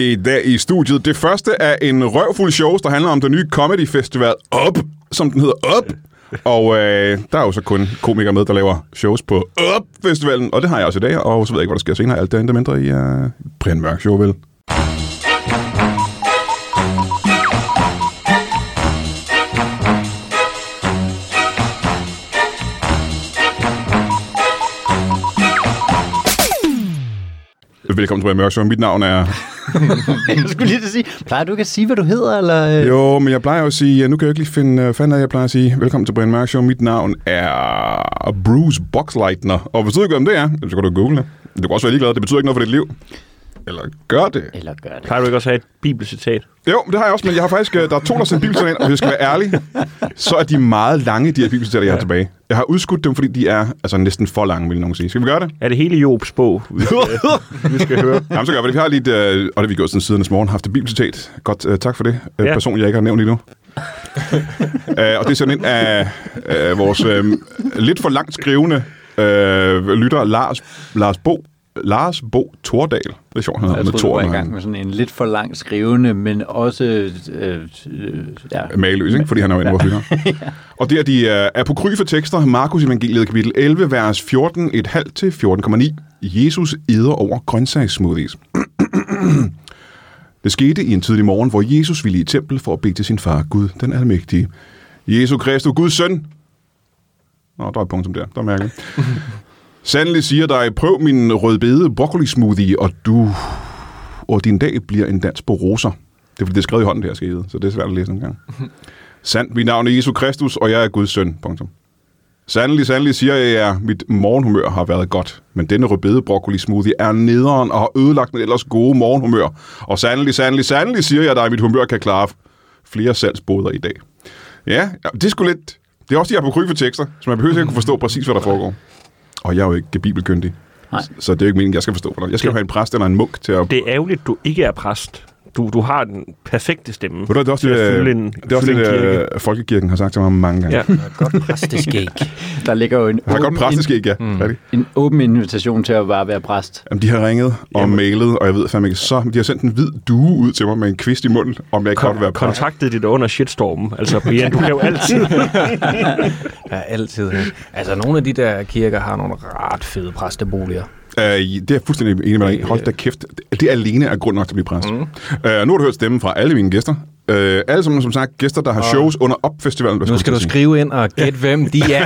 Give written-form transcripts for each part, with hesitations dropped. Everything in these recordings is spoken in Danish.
i dag i studiet. Det første er en røvfuld shows, der handler om den nye Comedy Festival Up, som den hedder Up. Og der er jo så kun komikere med, der laver shows på Up-festivalen, og det har jeg også i dag, og så ved jeg ikke, hvad der sker senere. Alt det endda mindre i Brian Mørk Show, vel? Velkommen til Brian Mørk Show. Mit navn er... Jeg skulle lige sige, plejer du ikke at sige, hvad du hedder, eller? Jo, men jeg plejer jo at sige, nu kan jeg ikke lige finde fanden af, jeg plejer at sige, velkommen til Brian Mørk Show. Mit navn er Bruce Boxleitner. Og hvis du ikke ved, om det er, så kan du google det. Du kan også være ligeglad, det betyder ikke noget for dit liv. Eller gør det? Plejer du ikke også have et bibelcitat? Jo, det har jeg også, men jeg har faktisk, der er 2, der sendt bibelcitater ind, og hvis jeg skal være ærlig, så er de meget lange, de her bibelcitater, jeg har tilbage. Jeg har udskudt dem, fordi de er altså næsten for lange, vil nogen sige. Skal vi gøre det? Er det hele Jobs bog, vi skal høre? Jamen, så gør vi det. Vi har lige, og det har vi gjort siden sidernes morgen, haft et bibelcitat. Godt, tak for det. Person, jeg ikke har nævnt endnu. Og det er sådan en af vores lidt for langt skrivende lytter, Lars Bo Tordal. Det er sjovt, han hedder med Tord. Jeg var i gang med sådan en lidt for lang skrivende, men også... Maløs, ikke? Fordi han er jo en af vores lytter. Ja. Og det er de apokryfe tekster, Markus evangeliet kapitel 11, vers 14,5 til 14,9. Jesus æder over grøntsagssmoothies. Det skete i en tidlig morgen, hvor Jesus ville i tempel for at bede til sin far, Gud den almægtige. Jesu Kristus, Guds søn. Nå, der er et punktum der. Der er mærkeligt. Sandelig siger dig, prøv min rødbede broccoli-smoothie, og din dag bliver en dans på roser. Det er fordi, det er skrevet i hånden, det her skede, så det er svært at læse en gang. Sandt, mit navn er Jesu Kristus, og jeg er Guds søn. Punktum. Sandelig siger jeg jer, mit morgenhumør har været godt, men denne rødbede broccoli-smoothie er nederen og har ødelagt mit ellers gode morgenhumør. Og sandelig siger jeg dig, mit humør kan klare flere salgsboder i dag. Ja, det er sgu lidt... Det er også de apokryfe tekster, så man behøver ikke at kunne forstå præcis, hvad der foregår. Og jeg er jo ikke bibelkyndig, så det er jo ikke meningen, jeg skal forstå det. Jeg skal jo have en præst eller en munk til at... Det er ærgerligt, du ikke er præst. Du har den perfekte stemme. Det er også det, Folkekirken har sagt til mig mange gange. Ja. Godt præsteskæg. Der ligger jo en åben invitation til at bare være præst. Jamen, de har ringet og mailet, og jeg ved fandme ikke så. De har sendt en hvid due ud til mig med en kvist i munden, om jeg ikke kan være præst. Kontaktet dit under shitstormen. Altså, Brian, du kan jo altid... Ja, altid. Altså, nogle af de der kirker har nogle ret fede præsteboliger. Det er fuldstændig enig med dig. Hold da kæft. Det alene er grund nok til at blive præst. Nu har du hørt stemmen fra alle mine gæster. Alle som sagt gæster, der har shows under Up-festivalen. Nu skal du skrive ind og gætte, hvem de er.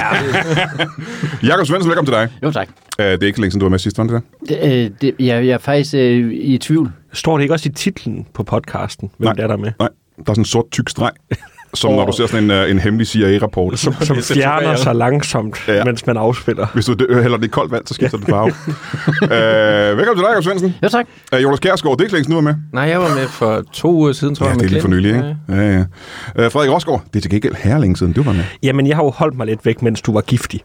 Jakob Svendsen, velkommen til dig. Jo, tak. Det er ikke længe siden, du var med sidst, var det der? Jeg er faktisk i tvivl. Står det ikke også i titlen på podcasten, hvem det er der med? Nej, der er sådan en sort tyk streg. Som når du ser sådan en hemmelig CIA-rapport. Som fjerner sig langsomt, mens man afspiller. Hvis du hælder det i koldt vand, så skifter det farve. Velkommen til dig, Jakob Svendsen. Jo, tak. Jonas Kjærsgaard, det er ikke længe, du var med. Nej, jeg var med for 2 uger siden, tror jeg. Ja, det er lige for nylig, ikke? Ja. Frederik Rosgaard, det er til gengæld her længe siden, du var med. Jamen, jeg har jo holdt mig lidt væk, mens du var giftig.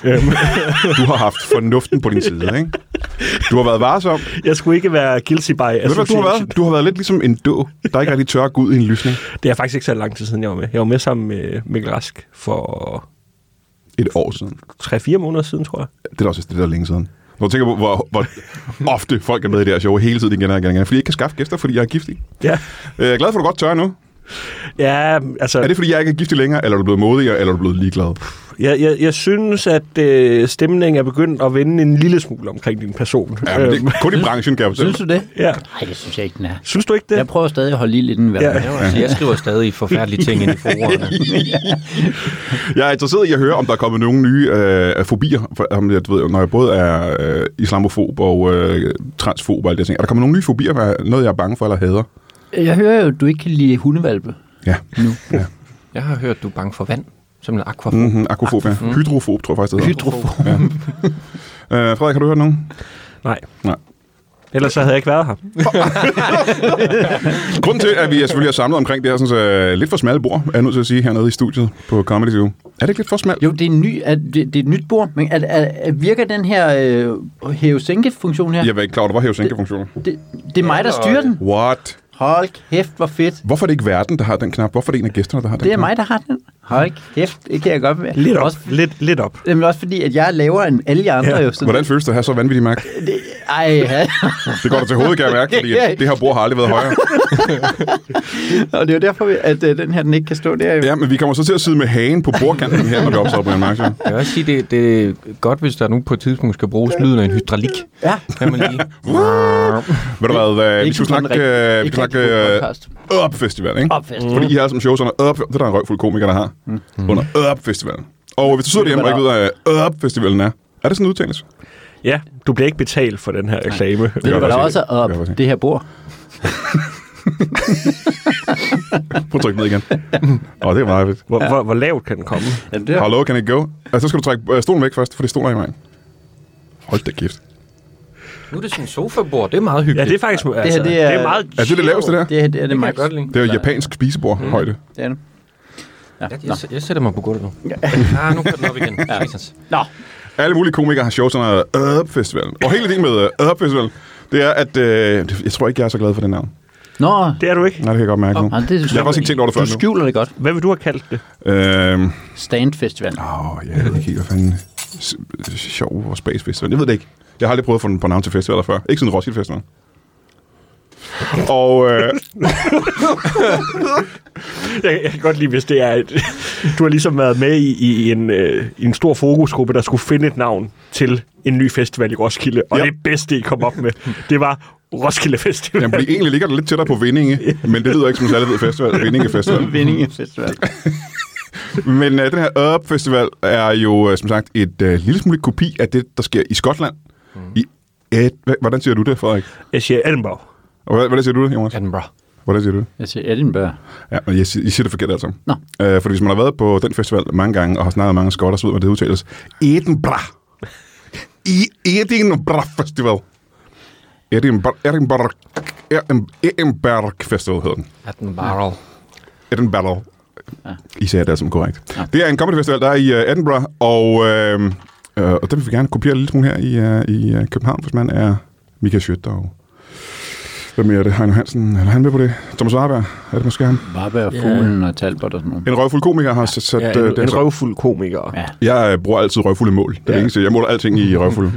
Du har haft fornuften på din side, ikke? Du har været varsom. Jeg skulle ikke være guilty by association. Du har været lidt ligesom en då, der ikke rigtig tør gå ud i en lysning. Det er faktisk ikke så lang tid siden, jeg var med. Jeg var med sammen med Mikkel Rask for... Et år siden. 3-4 måneder siden, tror jeg. Det er også det der længe siden. Når du tænker på, hvor ofte folk er med i det her show, hele tiden igen og igen. Fordi jeg ikke kan skaffe gæster, fordi jeg er giftig. Ja. Jeg er glad for, at du godt tør nu. Ja, altså... Er det, fordi jeg ikke er giftig længere, eller er du blevet modigere, eller er du blevet ligeglad? Jeg synes, at stemningen er begyndt at vende en lille smule omkring din person. Ja, men det er kun i branchen, kan jeg fortælle. Synes du det? Ja. Nej, det synes jeg ikke, den er. Synes du ikke det? Jeg prøver stadig at holde lige lidt hvad Jeg skriver stadig forfærdelige ting ind i forordene. Jeg er interesseret i at høre, om der er kommet nogle nye fobier. Når jeg både er islamofob og transfob og alt det ting. Er der kommet nogle nye fobier, noget jeg er bange for eller hader? Jeg hører jo, at du ikke kan lide hundevalpe. Ja. Nu. Ja. Jeg har hørt, at du er bange for vand. Som en akvafob. Akvafob, ja. Hydrofob, tror jeg faktisk, det hedder. Hydrofob. Ja. Frederik, har du hørt nogen? Nej. Ellers så havde jeg ikke været her. Grunden til, at vi selvfølgelig er samlet omkring det her sådan, lidt for smalle bord, er jeg nødt til at sige, hernede i studiet på Comedy Zoo. Er det ikke lidt for smalt? Jo, det er et nyt bord, men virker den her hæve-sænke-funktion her? Jeg var ikke klar over, der var hæve-sænke-funktioner. Det er mig, der styrer den. What? Hold kæft, hvor fedt. Hvorfor er det ikke verden, der har den knap? Hvorfor er det en af gæsterne, der har den knap? Det er mig, der har den. Hold kæft, det kan jeg godt med. Lidt op. Også, lidt op. Men også fordi, at jeg er lavere end alle andre. Ja. Hvordan føles det at have så vanvittig magt? Det går der til hovedet, kan jeg mærke, fordi det her bord har aldrig været højere. Og det er jo derfor, at den her den ikke kan stå der. Ja, men vi kommer så til at sidde med hagen på bordkanten her, når vi opstår på en mark. Jeg vil også sige, det er godt, hvis der nu på et tidspunkt skal bruges lyden af en hydraulik. Ja. Kan man lige. Ved du hvad, vi skal snakke Up Festival, ikke? Up Festival. Fordi I har som shows under Up, det er der en røgfuld komiker, der har. Under Up Festivalen. Og hvis du sidder hjemme og ikke ved, hvad Up Festivalen er det sådan en udtalelse? Ja, du bliver ikke betalt for den her reklame. Ved du, hvad der også er Up? Det her bord. Prøv at trykke ned igen. Det er meget fedt. Hvor lavt kan den komme? How low can it go? Altså, så skal du trække stolen væk først, for det stoler i vejen. Hold da kæft. Nu er det sådan en sofabord, det er meget hyggeligt. Ja, det er faktisk... Altså, det er meget... Er det laveste der? Det er det meget godt. Det er jo japansk spisebord højde. Det er det. Ja. Jeg sætter mig på gulvet nu. Nu kan den op igen. Nå. Alle mulige komikere har shows under Up Festivalen. Og hele det med Up Festivalen, det er, at jeg tror ikke, jeg er så glad for det navn. Nå. Det er du ikke? Nej, det kan jeg godt mærke nu. Jeg har også ikke tænkt over det før nu. Du skjuler det godt. Hvad vil du have kaldt det? Stand Festival. Jeg ved ikke helt, hvad fanden... Sjov og Space Festival. Jeg ved det ikke. Jeg har aldrig prøvet at få den på navn til festivaler før. Ikke sådan Roskilde Festival. Og... Jeg kan godt lide, hvis det er... Du har ligesom været med i en stor fokusgruppe, der skulle finde et navn til en ny festival i Roskilde. Og det bedste, I kom op med, det var Roskilde Festival. Jamen, fordi egentlig ligger det lidt tættere på Vindinge, men det lyder ikke som en særlig ved festival. Vindinge Festival. Vindinge Festival. Men den her Up Festival er jo, som sagt, et lille smule kopi af det, der sker i Skotland. Hvordan siger du det, Frederik? Jeg siger Edinburgh. Og hvordan siger du det, Jonas? Edinburgh. Hvordan siger du det? Jeg siger Edinburgh. Ja, men I siger det forkert altså. Nå. Fordi hvis man har været på den festival mange gange, og har snakket mange skotter, så ved man, det udtales Edinburgh. Edinburgh Festival. Edinburgh Festival hedder den. Edinburgh. Ja. I sagde det altså korrekt. Ja. Det er en comedy festival, der er i Edinburgh, og den vil vi gerne kopiere lidt smule her i København, hvis man er Michael Schødt og... Hvem er det? Heino Hansen? Eller han med på det? Thomas Warberg? Er det måske ham? Warberg, Fuglen og Talbot og sådan noget. En røvfuld komiker har sat... en røvfuld komiker. Ja. Jeg bruger altid røvfulde mål. Det er eneste. Jeg måler alting i røvfulde.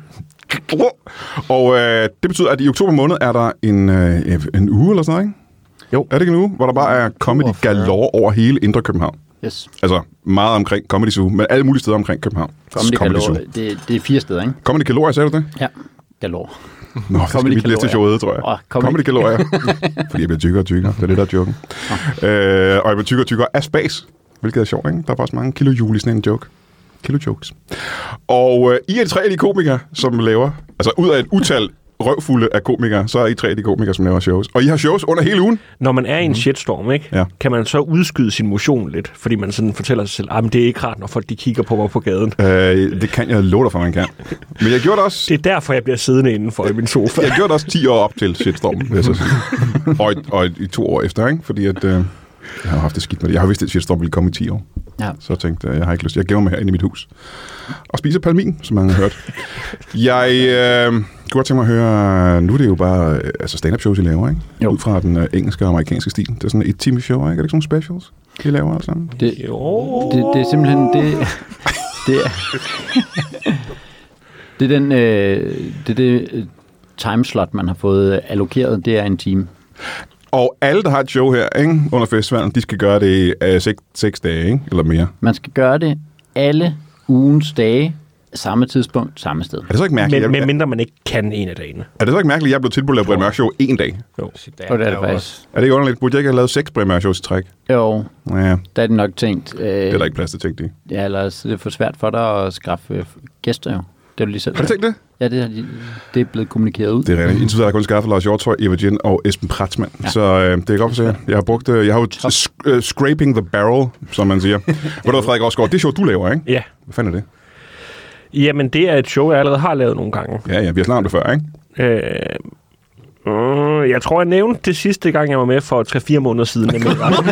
Og det betyder, at i oktober måned er der en uge eller sådan noget, ikke? Jo. Er det ikke en uge, hvor der bare er comedy galore over hele Indre København? Yes. Altså meget omkring Comedy Zoo, men alle mulige steder omkring København. Comedy galore, det er 4 steder, ikke? Comedy galore, sagde du det? Ja, galore. Nå, det skal vi næste show, tror jeg. Comedy galore, ja. Fordi jeg bliver tykkere og tykkere. Det er det, der er joken. Og jeg bliver tykkere og tykkere af spas, hvilket er sjovt, ikke? Der er faktisk mange kilohjul i sådan en joke. Kilo-jokes. Og I er 3 af de komikere, som laver... Altså ud af et utal røvfulde af komikere, så er I 3 af de komikere, som laver shows. Og I har shows under hele ugen. Når man er i en shitstorm, ikke? Ja. Kan man så udskyde sin motion lidt? Fordi man sådan fortæller sig selv, at det er ikke rart, når folk de kigger på mig på gaden. Det kan jeg love dig for, man kan. Men jeg gjorde det også... Det er derfor, jeg bliver siddende indenfor i min sofa. Jeg gjorde det også 10 år op til shitstormen, vil jeg så sige. og i 2 år efter, ikke? Fordi at... Jeg har haft det skidt med det. Jeg har vidst, at shitstorm ville komme i 10 år. Ja. Så jeg tænkte, jeg har ikke lyst. Jeg gemmer mig herinde i mit hus. Og spiser palmin, som mange har hørt. Jeg kunne godt tænke mig at høre... Nu er det jo bare stand-up shows, I laver, ikke? Jo. Ud fra den engelske og amerikanske stil. Det er sådan et time show, ikke? Er det ikke sådan specials, I laver alle sammen? Det er simpelthen... Det timeslot, man har fået allokeret, det er en time. Og alle, der har et show her, ikke, under festivalen, de skal gøre det 6 dage, ikke? Eller mere. Man skal gøre det alle ugens dage, samme tidspunkt, samme sted. Er det så ikke mærkeligt? Men mindre man ikke kan en af dagene. Er det så ikke mærkeligt, at jeg blev tilbudt at lave Brian Mørk Show 1 dag? Jo. Og det er det faktisk. Er det ikke underligt? Burde jeg ikke have lavet 6 Brian Mørk Shows i træk? Jo. Ja. Der er det nok tænkt. Det er der ikke plads til tænkt i. Ja, ellers det er for svært for dig at skaffe gæster jo. Det er lige selv. Har du tænkt det? Ja, det er blevet kommunikeret ud. Det er rigtigt. Indtil videre har jeg kun skaffet Lars Hjortøj, Eva Jin og Esben Pratzmann. Ja. Så det er godt for at se. Jeg har brugt... jeg har jo scraping the barrel, som man siger. Hvor der Frederik Rosgaard, det show, du laver, ikke? Ja. Hvad fanden er det? Jamen, det er et show, jeg allerede har lavet nogle gange. Ja, vi har snakket om det før, ikke? Jeg tror, jeg nævnte det sidste gang, jeg var med for 3-4 måneder siden.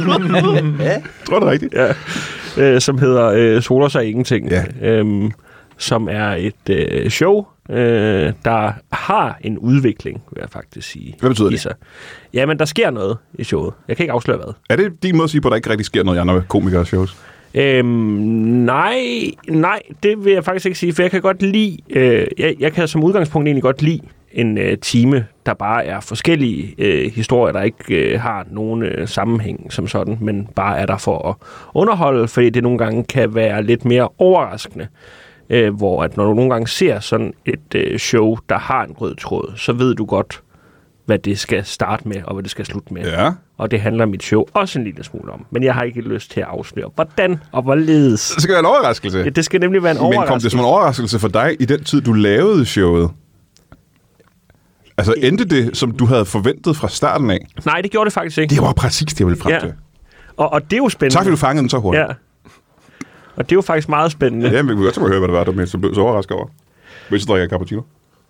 Ja. Tror du det rigtigt? Ja. Som hedder Soler sig ingenting. Ja. som er et show, der har en udvikling, vil jeg faktisk sige. Hvad betyder det? Jamen, der sker noget i showet. Jeg kan ikke afsløre hvad. Er det din måde at sige på, at der ikke rigtig sker noget i andre komikere shows? Nej, det vil jeg faktisk ikke sige, for jeg kan godt lide, jeg kan som udgangspunkt egentlig godt lide en time, der bare er forskellige historier, der ikke har nogen sammenhæng som sådan, men bare er der for at underholde, fordi det nogle gange kan være lidt mere overraskende. Hvor at når du nogle gange ser sådan et show, der har en rød tråd, så ved du godt, hvad det skal starte med, og hvad det skal slutte med. Ja. Og det handler mit show også en lille smule om. Men jeg har ikke lyst til at afsløre, hvordan og hvorledes. Det skal være en overraskelse. Ja, det skal nemlig være en overraskelse. Men kom det som en overraskelse for dig i den tid, du lavede showet? Altså endte det, som du havde forventet fra starten af? Nej, det gjorde det faktisk ikke. Det var præcis det, jeg ville frem til. Og det er jo spændende. Tak, fordi du fangede den så hurtigt. Ja. Og det er jo faktisk meget spændende. Ja, men vi kan godt høre, hvad det var, du blev så overrasket over. Hvis du drikker cappuccino.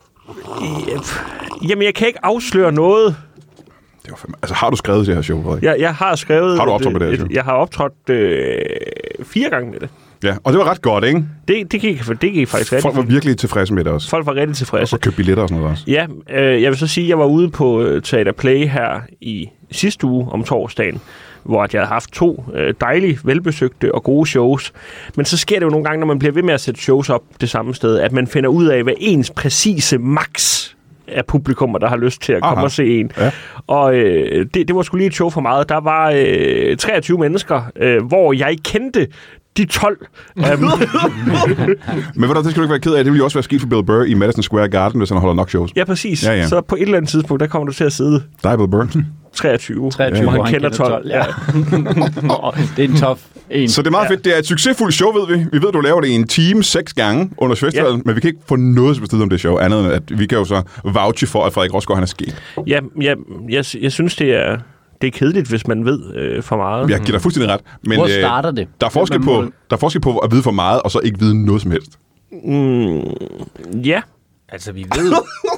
Jamen, jeg kan ikke afsløre noget. Det var fandme... Altså, har du skrevet det her show, Frederik? Jeg har skrevet... Har du optrådt med det her show? Jeg har optrådt 4 gange med det. Ja, og det var ret godt, ikke? Det gik faktisk rigtig. Folk var virkelig tilfredse med det også. Folk var rigtig tilfredse. Og købte billetter og sådan noget også. Ja, jeg vil så sige, at jeg var ude på Teater Play her i sidste uge om torsdagen, hvor jeg havde haft 2 dejlige, velbesøgte og gode shows. Men så sker det jo nogle gange, når man bliver ved med at sætte shows op det samme sted, at man finder ud af, hvad ens præcise max af publikummer, der har lyst til at komme og se en. Ja. Og det var sgu lige et show for meget. Der var 23 mennesker, hvor jeg kendte de 12. Men hvordan, det skal du ikke være ked af. Det ville jo også være sket for Bill Burr i Madison Square Garden, hvis han holder nok shows. Ja, præcis. Ja. Så på et eller andet tidspunkt, der kommer du til at sidde... Der er Bill Burr. 23, hvor han kender 12. Ja. Det er en tough en. Så det er meget fedt. Det er et succesfuldt show, ved vi. Vi ved, du laver det i en time 6 gange under festivalen, men vi kan ikke få noget som bestemt om det show, andet end at vi kan jo så vouche for, at Frederik Rosgaard, han er sket. Ja, jeg synes, det er kedeligt, hvis man ved for meget. Jeg giver dig fuldstændig ret. Men, hvor starter det? Der er forskel på at vide for meget, og så ikke vide noget som helst. Ja. Altså, vi ved...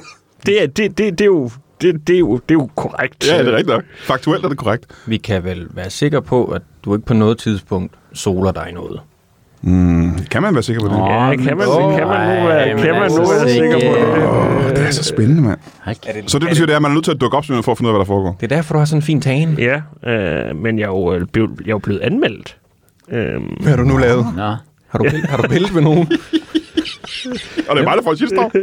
Det er jo korrekt. Ja, det er rigtigt nok. Faktuelt er det korrekt. Vi kan vel være sikre på, at du ikke på noget tidspunkt soler dig i noget. Kan man være sikker på det? Ja, kan man nu være sikker på det? Det er så spændende, mand. Så det betyder, at man er nødt til at dukke op for at finde ud af, hvad der foregår. Det er derfor, du har sådan en fin tane. Ja, men jeg er jo blevet anmeldt. Hvad har du nu lavet? Nå. Har du pillet med nogen? Og det er mig, der får sidste år.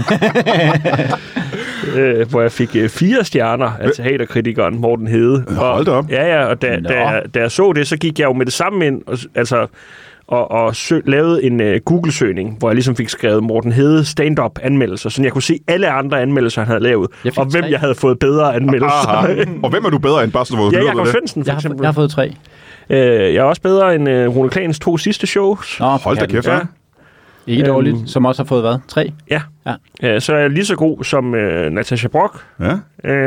Hvor jeg fik 4 stjerner af teaterkritikeren Morten Hede. Hold da op. Ja, og da jeg så det, så gik jeg jo med det samme ind, og lavede en Google-søgning, hvor jeg ligesom fik skrevet Morten Hede stand-up anmeldelser, så jeg kunne se alle andre anmeldelser, han havde lavet, og hvem jeg havde fået bedre anmeldelser. Og hvem er du bedre end bare så Ja, Jakob Svendsen, for eksempel. Jeg har fået 3. Jeg er også bedre end Rune Klans 2 sidste shows. Nå, hold da kæft, ja. Ikke dårligt, som også har fået hvad? 3? Ja. Så er jeg lige så god som Natasha Brock. Ja.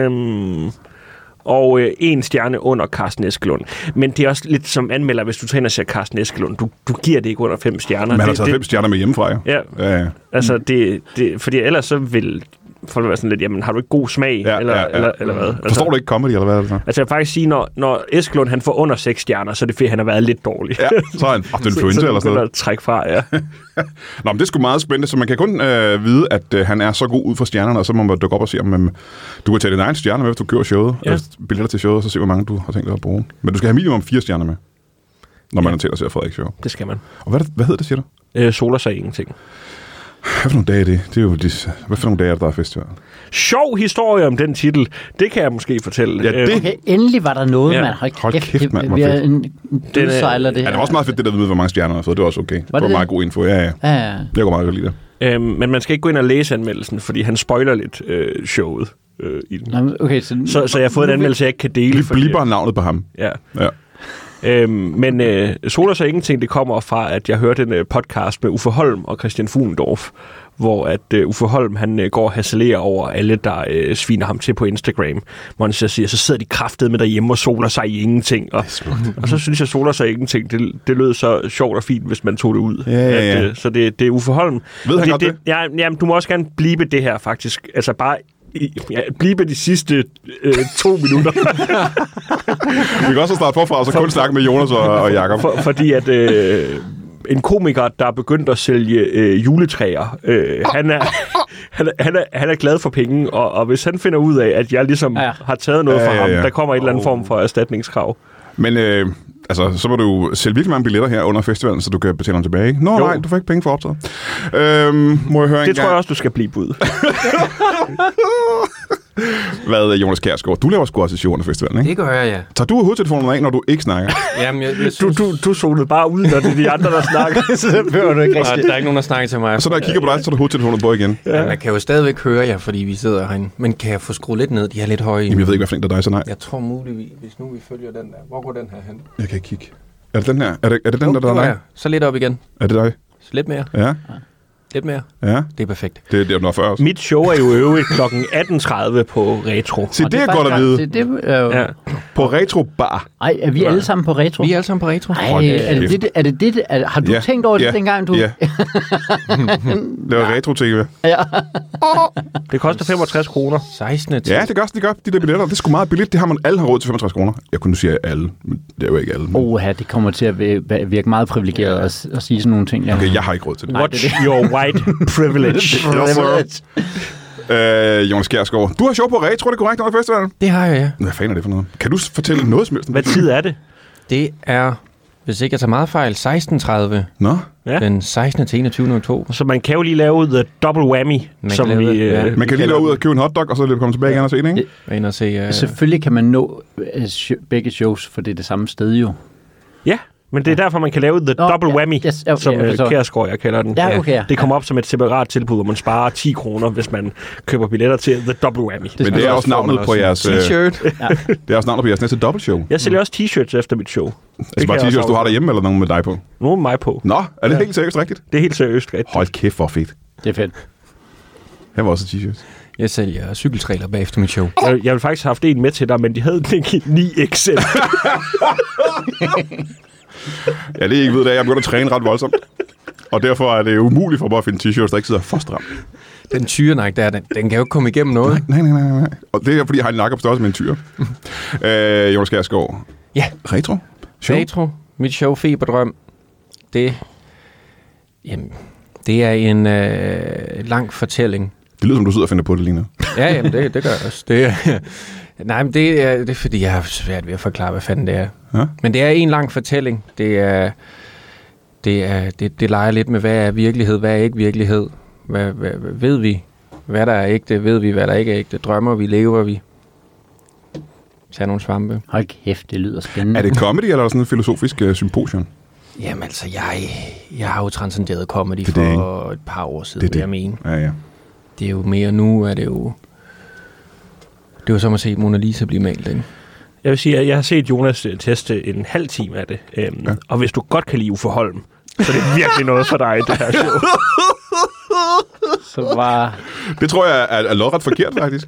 Og 1 stjerne under Carsten Eskelund. Men det er også lidt som anmelder, hvis du tager ind og ser Carsten Eskelund. Du giver det ikke under 5 stjerner. Man har taget 5 stjerner med hjemmefra, ja. Ja. Altså, fordi ellers så vil folk være sådan lidt, jamen, har du ikke god smag? Eller hvad? Altså, forstår du ikke comedy, eller hvad er det så? Altså, jeg vil faktisk sige, når Eskelund han får under 6 stjerner, så er det fordi, han har været lidt dårlig. Ja, så er han influencer eller sådan noget. Så trække fra, ja. Nå, men det er sgu meget spændende, så man kan kun vide, at han er så god ud fra stjernerne, og så må man dukke op og se, om du kan tage dine egne stjerner med, hvis du kører showet, billetter til showet, og så se, hvor mange du har tænkt dig at bruge. Men du skal have minimum 4 stjerner med, når man er til at se Frederik show. Det skal man. Og hvad hedder det, siger du? Soler sig ingenting. Hvad for nogle dage er det? Det er jo hvad for nogle dage er der er festival? Sjov historie om den titel. Det kan jeg måske fortælle. Ja, det... Okay, endelig var der noget, man. Hold kæft, mand. Vi er en dødsejler, det her. Ja, det var også meget fedt, det der ved, hvor mange stjerner har fået. Det var også okay. Det var meget god info. Ja. Jeg går meget godt lide det. Men man skal ikke gå ind og læse anmeldelsen, fordi han spoiler lidt showet i den. Nå, okay, så jeg har fået en anmeldelse, jeg ikke kan dele. Vi blipper navnet på ham. Ja. Men soler sig ingenting, det kommer fra, at jeg hørte en podcast med Uffe Holm og Christian Fuglendorf, hvor at Uffe Holm, han går og harcelerer over alle, der sviner ham til på Instagram. Hvor han så siger, så sidder de kraftedeme derhjemme og soler sig i ingenting. Og så synes jeg, soler sig i ingenting, det lød så sjovt og fint, hvis man tog det ud. Ja. Så det er Uffe Holm. Ved han godt det? Jamen, du må også gerne blive det her, faktisk. Altså bare... blive de sidste 2 minutter. Vi kan også starte forfra, og så kun snakke med Jonas og Jakob. Fordi at en komiker, der er begyndt at sælge juletræer. Han er glad for penge, og hvis han finder ud af, at jeg ligesom har taget noget fra ham, der kommer et eller andet form for erstatningskrav. Men altså, så må du sælge virkelig mange billetter her under festivalen, så du kan betale dem tilbage. Nå, nej, du får ikke penge for optaget. Må jeg høre det tror jeg også, du skal blive bud. Hvad, Jonas Kjærsgaard? Du laver sgu også show under festivalen, ikke? Det gør jeg, ja. Tager du hovedtelefonen af, når du ikke snakker? Jamen, jeg synes... Du zonede bare ud, når det er de andre, der snakker. Så behøver du ikke rigtig. Der er ikke nogen, der snakker til mig. Og så når jeg kigger på dig, så er du hovedtelefonen på igen. Ja. Man kan jo stadigvæk høre jer, fordi vi sidder herinde. Men kan jeg få skruet lidt ned? De er lidt høje. Jamen, jeg ved ikke, hvad for en der er dig, så nej. Jeg tror muligvis, hvis nu vi følger den der. Hvor går den her hen? Jeg kan ikke kigge. Er det den her? Er det den, der er dig? Så lidt op igen. Er det dig? Så lidt mere. Ja. Lidt mere. Ja. Det er perfekt. Det er nok før også. Mit show er jo øvrigt kl. 18.30 på Retro. Se, det er godt at vide. Ja. På Retro Bar. Ej, er vi alle sammen på Retro? Vi er alle sammen på Retro. Ej, har du tænkt over det dengang, du... Ja. Det var Retro-TV. Ja. Det koster 65 kroner. 16. Ja, det gør de der billetter. Det er sgu meget billigt. Det har man alle har råd til 65 kroner. Jeg kunne sige alle, men det er jo ikke alle. Det kommer til at virke meget privilegeret at sige sådan nogle ting. Ja. Okay, jeg har ikke råd til det. Watch your white privilege. Jonas Kjærsgaard, du har show på Retro, det er korrekt under festivalen? Det har jeg, ja. Hvad fanden er det for noget? Kan du fortælle noget som helst? Hvad tid er det? Det er, hvis ikke jeg tager meget fejl, 16.30. Nå? Ja. Den 16. til 21. oktober. Så man kan jo lige lave the double whammy. Man kan lige lave ud og købe en hotdog, og så komme tilbage igen og se det, ikke? Ind og se, Selvfølgelig kan man nå begge shows, for det er det samme sted jo. Ja. Men det er derfor, man kan lave the double whammy, som Kjærsgaard, jeg kalder den. Ja, okay. Det kommer op som et separat tilbud, hvor man sparer 10 kroner, hvis man køber billetter til the double whammy. Men det er også navnet på jeres... T-shirt. Det er også navnet på jeres næste dobbeltshow. Jeg sælger også t-shirts efter mit show. Altså bare t-shirts, du har derhjemme, eller nogen med dig på? Nogen med mig på. Nå, er det helt seriøst rigtigt? Det er helt seriøst rigtigt. Hold kæft, hvor fedt. Det er fedt. Jeg var også t-shirts. Jeg sælger cykeltrailer bagefter mit show. Jeg ville faktisk have haft en med til dig, men de havde den ikke 9XL. Ja, det er ikke ved det. Jeg begynder at træne ret voldsomt. Og derfor er det umuligt for mig at finde t-shirts, der ikke sidder for stramt. Den tyrenak der, den kan jo ikke komme igennem noget. Nej. Og det er, fordi jeg har en nakke på størrelse med en tyre. Jonas Kjærsgaard. Ja. Retro? Show? Retro. Mit show Feberdrøm. Det er en lang fortælling. Det lyder som, du sidder og finder på det lige nu. Ja, jamen, det gør jeg også. Nej, men det er fordi, jeg har svært ved at forklare, hvad fanden det er. Ja? Men det er en lang fortælling. Det leger lidt med, hvad er virkelighed, hvad er ikke virkelighed. Hvad ved vi, hvad der er ægte? Ved vi, hvad der ikke er ægte? Drømmer vi, lever vi? Tag nogle svampe. Hold kæft, det lyder spændende. Er det comedy, eller er der sådan en filosofisk symposium? Jamen altså, jeg har jo transcenderet comedy for et par år siden, vil jeg mene. Ja. Det er jo mere nu, er det jo... Det er jo som at se Mona Lisa blive malet, ikke? Jeg vil sige, at jeg har set Jonas teste en halv time af det. Og hvis du godt kan lide Uffe Holm, så er det virkelig noget for dig, det her show. Så var... Det tror jeg er lodret forkert, faktisk.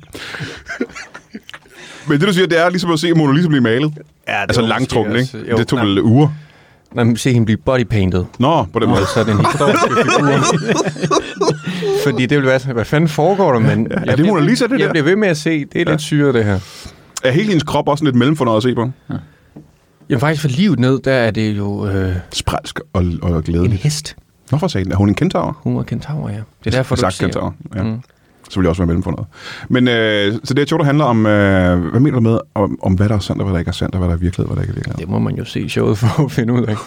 Men det, du siger, det er ligesom at se Mona Lisa blive malet. Ja, altså langtrukken, ikke? Jo, det tog vel uger. Man se hende blive bodypainted. Nå, på den måde. Så er den historiske figur. Fordi det vil være sådan, hvad fanden foregår der, men... Ja, det er Mona Lisa, det der. Jeg bliver ved med at se, det er lidt syre, det her. Er hele hendes krop også lidt mellemfornøjet at se på? Ja. Jamen faktisk for livet ned, der er det jo... Sprælsk og glædelig. En hest. Nå for sagen, er hun en kentaur? Hun er kentaur, ja. Det er derfor, du siger. Kentaur, ja. Så vil jeg også være mellemfornøjet. Men så det er et show, der handler om... hvad mener du med, om hvad der er sandt, og hvad der ikke er sandt, og hvad der er virkelighed, og hvad der ikke er virkelighed? Det må man jo se showet for at finde ud af.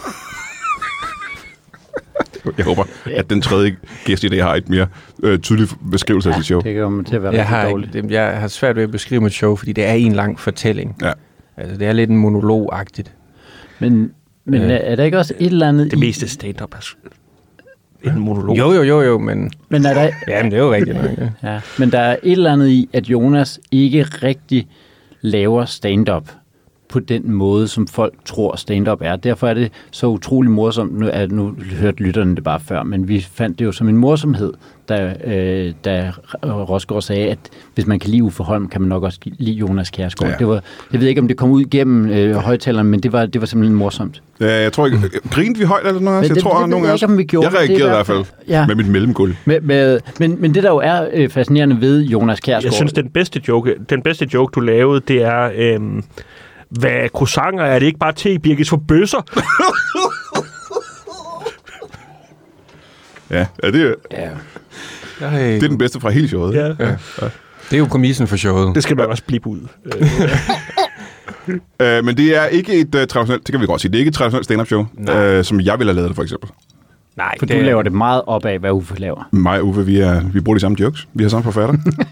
Jeg håber, at den tredje gæst i dag har et mere tydelig beskrivelse af sit show. Det kommer til at være rigtig dårligt. Jeg har svært ved at beskrive mit show, fordi det er en lang fortælling. Ja. Altså, det er lidt en monolog-agtigt. Men er der ikke også et eller andet... Det meste stand-up er en monolog. Jo, men er der... Jamen, det er jo rigtigt nok, ja. Ja. Men der er et eller andet i, at Jonas ikke rigtig laver stand-up på den måde, som folk tror stand-up er. Derfor er det så utrolig morsomt. Nu hørte lytterne det bare før, men vi fandt det jo som en morsomhed, da Rosgaard sagde, at hvis man kan lide Uffe Holm, kan man nok også lide Jonas Kjærsgaard. Ja. Jeg ved ikke, om det kom ud igennem højtaleren, men det var simpelthen morsomt. Ja, jeg tror ikke... Grinte vi højt eller noget? Jeg tror, nogen af os... Jeg reagerede i hvert fald med mit mellemgulv. Men det, der jo er fascinerende ved Jonas Kjærsgaard... Jeg synes, den bedste joke, du lavede, det er... hvad croissanter er det ikke bare te, Birgit, for bøsser? Ja, det Det er den bedste fra hele showet. Ja. Det er jo præmissen for showet. Det skal man også blippe ud. Men det er ikke et traditionelt, det kan vi godt sige, det er ikke et traditionelt stand-up show, som jeg ville have lavet det, for eksempel. Nej, For du laver det meget op af, hvad Uffe laver. Mig og Uffe, vi bruger de samme jokes. Vi har samme forfatter.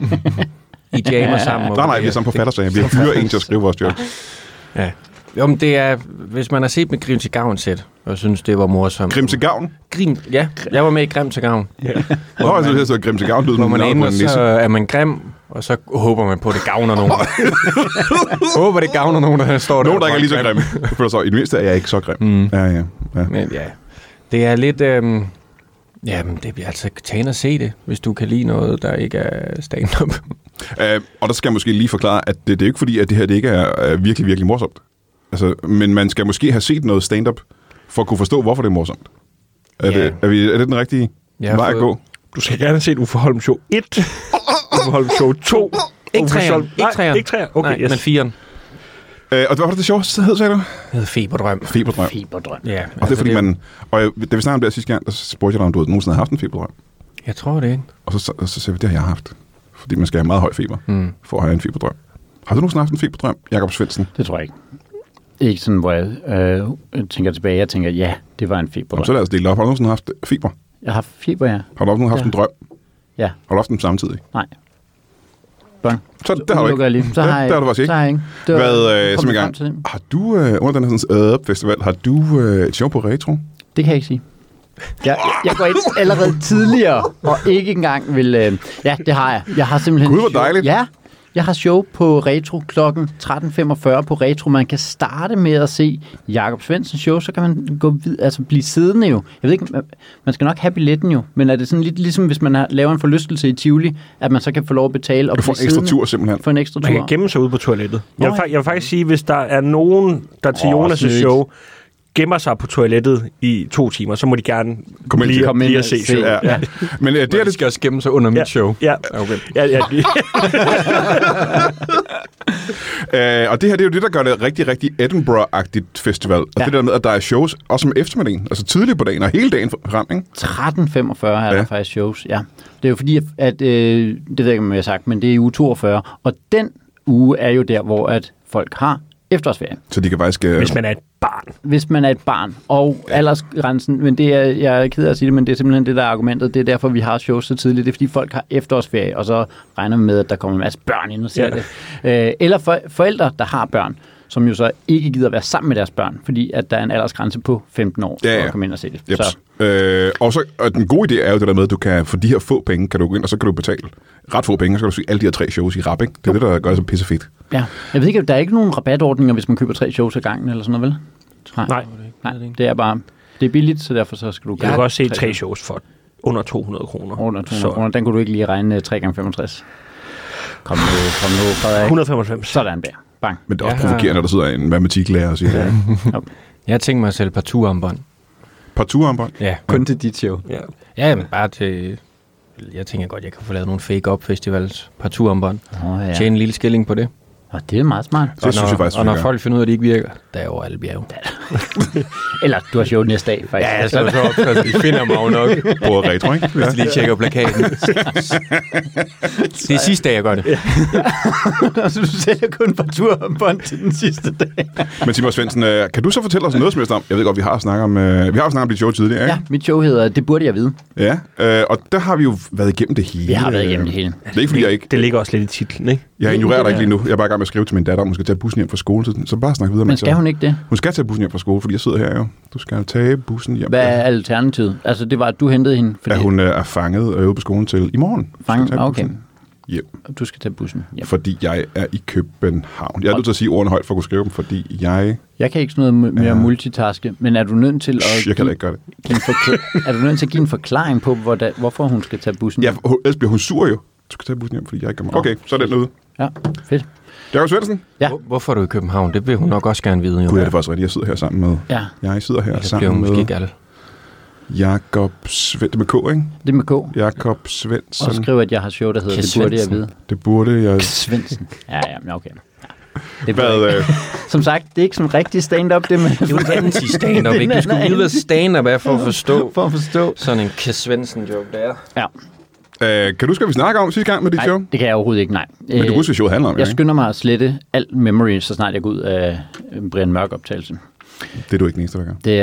I jammer sammen. Nej, vi har samme forfatter, så vi har fyret en til at skrive vores jokes. Ja. Jo, men det er, hvis man har set med Grim til Gavn-sæt, og synes, det var morsomt. Grim til gavn? Grim, ja. Jeg var med i Grim til Gavn. Nå, jeg synes, det Grim til gavn. Hvor man er inde, og så er man grim, og så håber man på, at det gavner nogen. Håber, det gavner nogen, der står der. Nogen, der ikke er lige så grimme. For så, i det mindste er jeg ikke så grim. Ja. Men ja, det er lidt... Jamen, det bliver altså tage ind og se det, hvis du kan lide noget, der ikke er stand-up. Og der skal jeg måske lige forklare, at det er ikke fordi, at det her det ikke er virkelig, virkelig morsomt. Altså, men man skal måske have set noget stand-up, for at kunne forstå, hvorfor det er morsomt. Er det den rigtige vej at gå? Du skal gerne se Uffe Holm Show 1, Uffe Holm Show 2. Ikke træerne. Ikke træerne. Okay, nej, men 4'eren. Og hvad var det sjoveste hed, sagde du? Det hedder Feberdrøm. Feberdrøm. Ja. Og det er fordi, da vi snakkede om det sidste gang, der spurgte jeg dig, om du nogensinde havde haft en feberdrøm. Jeg tror det ikke. Og så sagde vi, det har jeg haft. Fordi man skal have meget høj feber, for at have en feberdrøm. Har du nogensinde haft en feberdrøm, Jakob Svendsen? Det tror jeg ikke. Ikke sådan, hvor jeg tænker tilbage. Jeg tænker, ja, det var en feberdrøm. Så lad os dele op. Har du nogensinde haft feber? Jeg har haft feber, ja. Har du også haft en drøm? Ja. Har du haft den samtidig? Nej. Børn. Så det har du ikke. Så har jeg, det har du faktisk ikke. Så har jeg ikke. Hvad, som i gang. Har du under den her sådan festival, har du et show på Retro? Det kan jeg ikke sige. Jeg går ind allerede tidligere, og ikke engang vil... ja, det har jeg. Jeg har simpelthen... Gud, hvor dejligt. Ja, jeg har show på Retro klokken 13.45 på Retro. Man kan starte med at se Jakob Svendsens show, så kan man gå blive siddende jo. Jeg ved ikke, man skal nok have billetten jo, men er det sådan lidt ligesom, hvis man laver en forlystelse i Tivoli, at man så kan få lov at betale og du får en ekstra tur simpelthen. For en ekstra tur. Man kan gemme sig ude på toilettet. Jeg vil faktisk sige, hvis der er nogen, der til Jonas' show gemmer sig på toilettet i 2 timer, så må de gerne komme ind og se. Ja. Men det skal også gemme sig under mit show. Ja. Okay. Og det her, det er jo det, der gør det rigtig, rigtig Edinburgh-agtigt festival. Og det der med, at der er shows, også om eftermiddagen, altså tidligt på dagen og hele dagen frem, ikke? 13.45 er der faktisk shows, ja. Det er jo fordi, at det ved jeg ikke, om jeg har sagt, men det er i uge 42, og den uge er jo der, hvor at folk har efterårsferie. Så de kan faktisk... Hvis man er et barn. Hvis man er et barn. Og aldersgrænsen, men det er, jeg er ked af at sige det, men det er simpelthen det, der er argumentet. Det er derfor, vi har shows så tidligt. Det er fordi, folk har efterårsferie, og så regner vi med, at der kommer en masse børn ind og ser det. Eller forældre, der har børn, som jo så ikke gider være sammen med deres børn, fordi at der er en aldersgrænse på 15 år, for at komme ind og se det. Yep. Og den gode idé er jo det der med, at du kan for de her få penge, kan du gå ind, og så kan du betale ret få penge, og så kan du se alle de her 3 shows i rap, ikke? Det er det, der gør det så pissefedt. Ja. Jeg ved ikke, der er ikke nogen rabatordninger, hvis man køber 3 shows ad gangen, eller sådan noget, vel? Nej, det er bare... Det er billigt, så derfor så skal du... Jeg kan også se 3 shows for under 200 kroner. Under 200 kroner. Den kunne du ikke lige regne 3x65. Kom nu, Frederik. 195. Sådan der. Bang. Men det er også provokerende, når der sidder en matematiklærer og siger det. Jeg tænker mig at sælge parturarmbånd. Parturarmbånd? Ja. Kun til dit show? Ja, men bare til... Jeg tænker godt, jeg kan få lavet nogle fake-up-festivals parturarmbånd. Tjene en lille skilling på det. Og det er meget smart. Det synes jeg faktisk, og når folk finder ud af, at det ikke virker, der er jo alle bjerge. Eller du har show næste dag, faktisk. Ja, så de finder mig jo nok. På Retro, ikke? Hvis de lige tjekker plakaten. Det er sidste dag, jeg gør det. Så du sælger kun parturarmbånd til den sidste dag. Men Timur Svendsen, kan du så fortælle os noget som helst om? Jeg ved godt, vi har snakket om dit show tidligere, ikke? Ja, mit show hedder Det burde jeg vide. Ja, og der har vi jo været igennem det hele. Vi har været igennem det hele. Det er ikke, fordi jeg ikke... Det ligger også lidt i titlen, ikke? Jeg ignorerer dig ikke lige nu. Jeg er bare i gang med at skrive til min datter, om hun skal tage bussen hjem fra skole. Så bare snak videre. Men skal hun ikke det? Hun skal tage bussen hjem fra skole, fordi jeg sidder her jo. Du skal tage bussen hjem. Hvad er alternativet? Altså, det var, at du hentede hende? Fordi... At hun er fanget ude på skolen til i morgen. Fanget? Okay. Hjem. Du skal tage bussen hjem. Fordi jeg er i København. Jeg er nødt til at sige ordene højt for at kunne skrive dem, fordi jeg... Jeg kan ikke sådan noget mere multitaske, men er du nødt til at... Jeg kan da ikke gøre det. Er du nødt til at give en forklaring på, hvorfor hun skal tage bussen hjem? Ja, ellers bliver hun sur jo. Du skal tage bussen hjem, fordi jeg ikke kommer. Okay, så er den ude. Ja, fedt. Jakob Svendsen? Ja. Hvorfor er du i København? Det vil hun nok også gerne vide. Gud, er det faktisk rigtigt. Jeg sidder her sammen med... Ja. Jeg sidder her sammen med... Jakob Svendsen. Det med K, ikke? Det med K. Jakob Svendsen. Og skriv, at jeg har show, der hedder Det burde jeg vide. Det burde jeg... Svendsen. Ja, okay. Ja. Hvad, Som sagt, det er ikke som rigtig stand-up, det med... Det er jo anti-stand-up, ikke? Du skulle vide, hvad stand-up er for at forstå. For at forstå. Sådan en Kjeld Svendsen-joke, der. Ja. Kan du huske, hvad vi snakker om sidste gang med dit show? Nej, det kan jeg overhovedet ikke, nej. Men du husker, hvad showet handler om, jeg skynder mig at slette alt memory, så snart jeg går ud af Brian Mørk-optagelsen. Det er du ikke den eneste, der gør. Det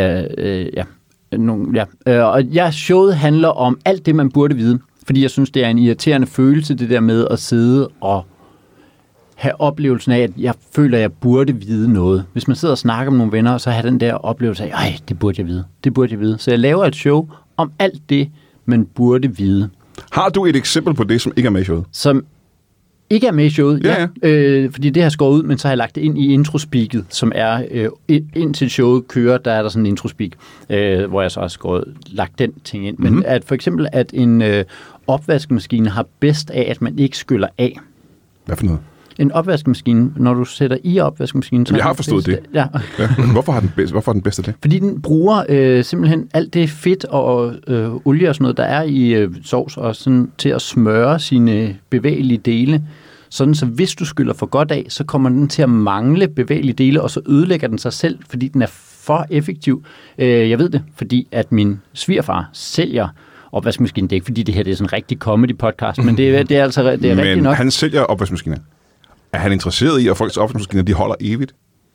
er, og showet handler om alt det, man burde vide. Fordi jeg synes, det er en irriterende følelse, det der med at sidde og have oplevelsen af, at jeg føler, at jeg burde vide noget. Hvis man sidder og snakker med nogle venner, og så har den der oplevelse af, det burde jeg vide. Det burde jeg vide. Så jeg laver et show om alt det, man burde vide. Har du et eksempel på det, som ikke er med i showet? Som ikke er med i showet, ja. Fordi det har jeg skåret ud, men så har jeg lagt det ind i introspeaket, som er, indtil showet kører, der er der sådan en introspeak, hvor jeg så har lagt den ting ind. Men at for eksempel, at en opvaskemaskine har bedst af, at man ikke skyller af. Hvad for noget? En opvaskemaskine, når du sætter i opvaskemaskinen... Så jeg har forstået det. Ja. Hvorfor er den bedst af det? Fordi den bruger simpelthen alt det fedt og olie og sådan noget, der er i sovs, og sådan, til at smøre sine bevægelige dele. Sådan, så hvis du skyller for godt af, så kommer den til at mangle bevægelige dele, og så ødelægger den sig selv, fordi den er for effektiv. Jeg ved det, fordi at min svigerfar sælger opvaskemaskinen. Det er ikke, fordi det her det er sådan en rigtig comedy-podcast, men det er altså rigtigt nok. Men han sælger opvaskemaskiner. Er han interesseret i, at folks opvaskemaskiner, de holder evigt?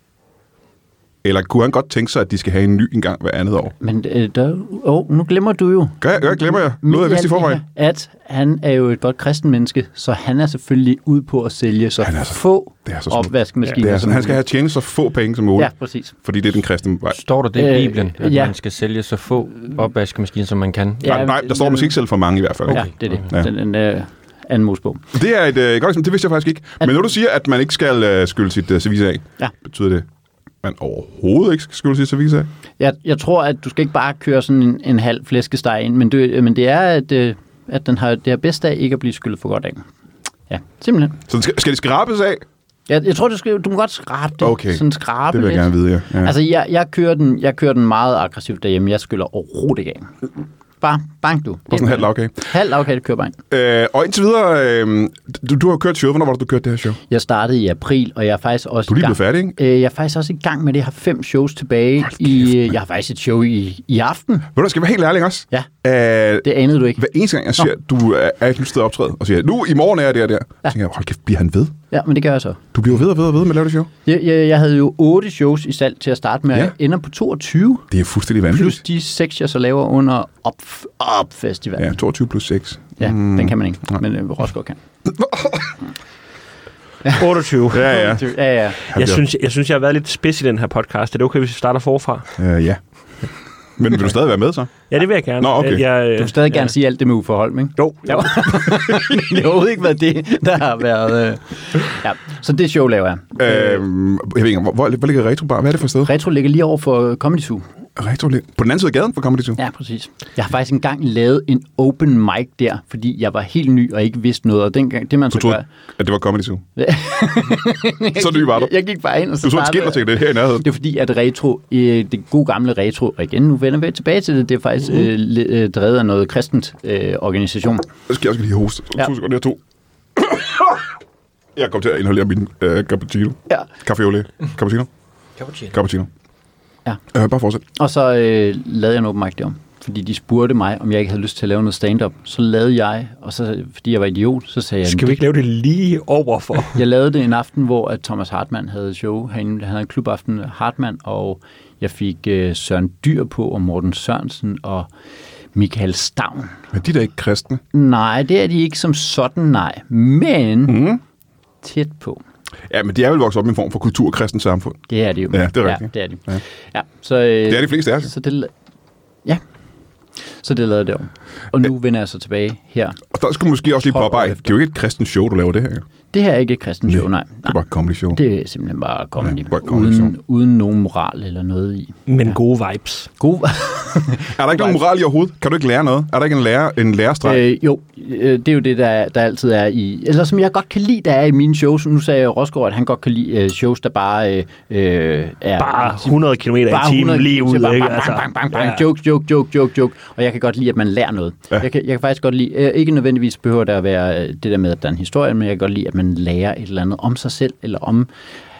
Eller kunne han godt tænke sig, at de skal have en ny en gang hver andet år? Men nu glemmer du jo. Glemmer jeg. Noget af vist i forvejen. At han er jo et godt kristen menneske, så han er selvfølgelig ude på at sælge så få opvaskemaskiner. Det er sådan, han skal have tjent så få penge som muligt. Ja, præcis. Fordi det er den kristne vej. Står der det i Bibelen, at man skal sælge så få opvaskemaskiner, som man kan? Nej, der står måske ikke selv for mange i hvert fald. Ja, det er det. Den anden Mosebog. Det er et godt eksempel. Det vidste jeg faktisk ikke. Men når du siger, at man ikke skal skylde sit service af, betyder det, man overhovedet ikke skal skylde sit service af? Jeg tror, at du skal ikke bare køre sådan en halv flæskesteg ind, men det er, at den har det bedst af ikke at blive skyllet for godt af. Ja, simpelthen. Så skal det skrabes af? Jeg tror, du må godt skrabe det. Okay, sådan skrabe det vil jeg gerne vide, ja. Altså, jeg kører den meget aggressivt derhjemme. Jeg skyller overhovedet ikke af. Bare bank du. På sådan en halv lavkage. Halv lavkage, det kører bare ind. Og indtil videre, du har kørt showet. Hvornår var det, du kørte det her show? Jeg startede i april, og jeg er faktisk også Du er lige blevet færdig, ikke? Jeg er faktisk også i gang med det. Jeg har 5 shows tilbage. Jeg har faktisk et show i aften. Ved du, skal være helt ærlig også? Ja, det anede du ikke. Hver eneste gang, jeg siger, at du er et nyt sted optræde, og siger, nu i morgen er jeg der. Så tænker jeg, hold kæft, bliver han ved? Ja, men det gør jeg så. Du bliver ved med at lave det show? Jeg havde jo 8 shows i salg til at starte med, og jeg ender på 22. Det er fuldstændig vanvittigt. Plus de 6, jeg så laver under Op-festivalen. Ja, 22 plus 6. Ja, den kan man ikke, men Rosgaard kan. 28. Ja. Jeg synes, jeg har været lidt spids i den her podcast. Er det okay, hvis vi starter forfra? Ja. Men vil du stadig være med, så? Ja, det vil jeg gerne. Nå, okay. Du vil stadig gerne sige alt det med Uffe Holm, ikke? Jo. Det har overhovedet ikke været det, der har været... Ja, så det show laver jeg. Jeg ved ikke, hvor ligger Retro Bar? Hvad er det for et sted? Retro ligger lige over for Comedy Zoo. Retro på den anden side af gaden for Comedy Zoo? Ja, præcis. Jeg har faktisk engang lavet en open mic der, fordi jeg var helt ny og ikke vidste noget. Og dengang, det man så troede, at det var Comedy Zoo? Så ny var du? Jeg gik bare ind og så du så et skilt og tænkte, det her i nærheden? Det er fordi, at Retro, det gode gamle Retro, og igen, nu vender vi tilbage til det, det er faktisk drevet af noget kristent organisation. Jeg skal også lige hoste. 2 sekunder, jeg tog. Jeg kom til at inhalere min cappuccino. Ja. Café au lait. Cappuccino. Ja. Bare fortsæt. Og så lavede jeg en open mic derom, fordi de spurgte mig, om jeg ikke havde lyst til at lave noget stand-up. Så lavede jeg, og så, fordi jeg var idiot, så sagde jeg... Skal vi ikke lave det lige overfor? Jeg lavede det en aften, hvor at Thomas Hartmann havde show herinde. Han havde en klubaften, Hartmann, og jeg fik Søren Dyr på, og Morten Sørensen, og Michael Stavn. Men de er da ikke kristne? Nej, det er de ikke som sådan, nej. Men tæt på. Ja, men de er vel vokset op i en form for kulturkristen samfund. Det er de jo. Ja, det er rigtigt. Ja, det er de. Ja. Ja, så, det er de fleste af så det, ja. Så det lavede det om. Og nu vender jeg så tilbage her. Og der skulle måske også lige påpege, det er jo ikke et kristent show, du laver det her. Det her er ikke et kristent show, nej. Det er bare et comedy show. Det er simpelthen bare comedy. Ja, uden nogen moral eller noget i. Men gode vibes. Gode Er der ikke nogen moral i overhovedet? Kan du ikke lære noget? Er der ikke en lærestreg? Jo, det er jo det, der altid er i... Eller som jeg godt kan lide, der er i mine shows. Nu sagde Rosgaard, at han godt kan lide shows, der bare er... Bare 100 km i timen lige ud. Bang. Joke. Og jeg kan godt lide, at man lærer noget. Ja. Jeg kan faktisk godt lide... ikke nødvendigvis behøver der at være det der med, at der er en historie, men jeg kan godt lide, at man lærer et eller andet om sig selv, eller om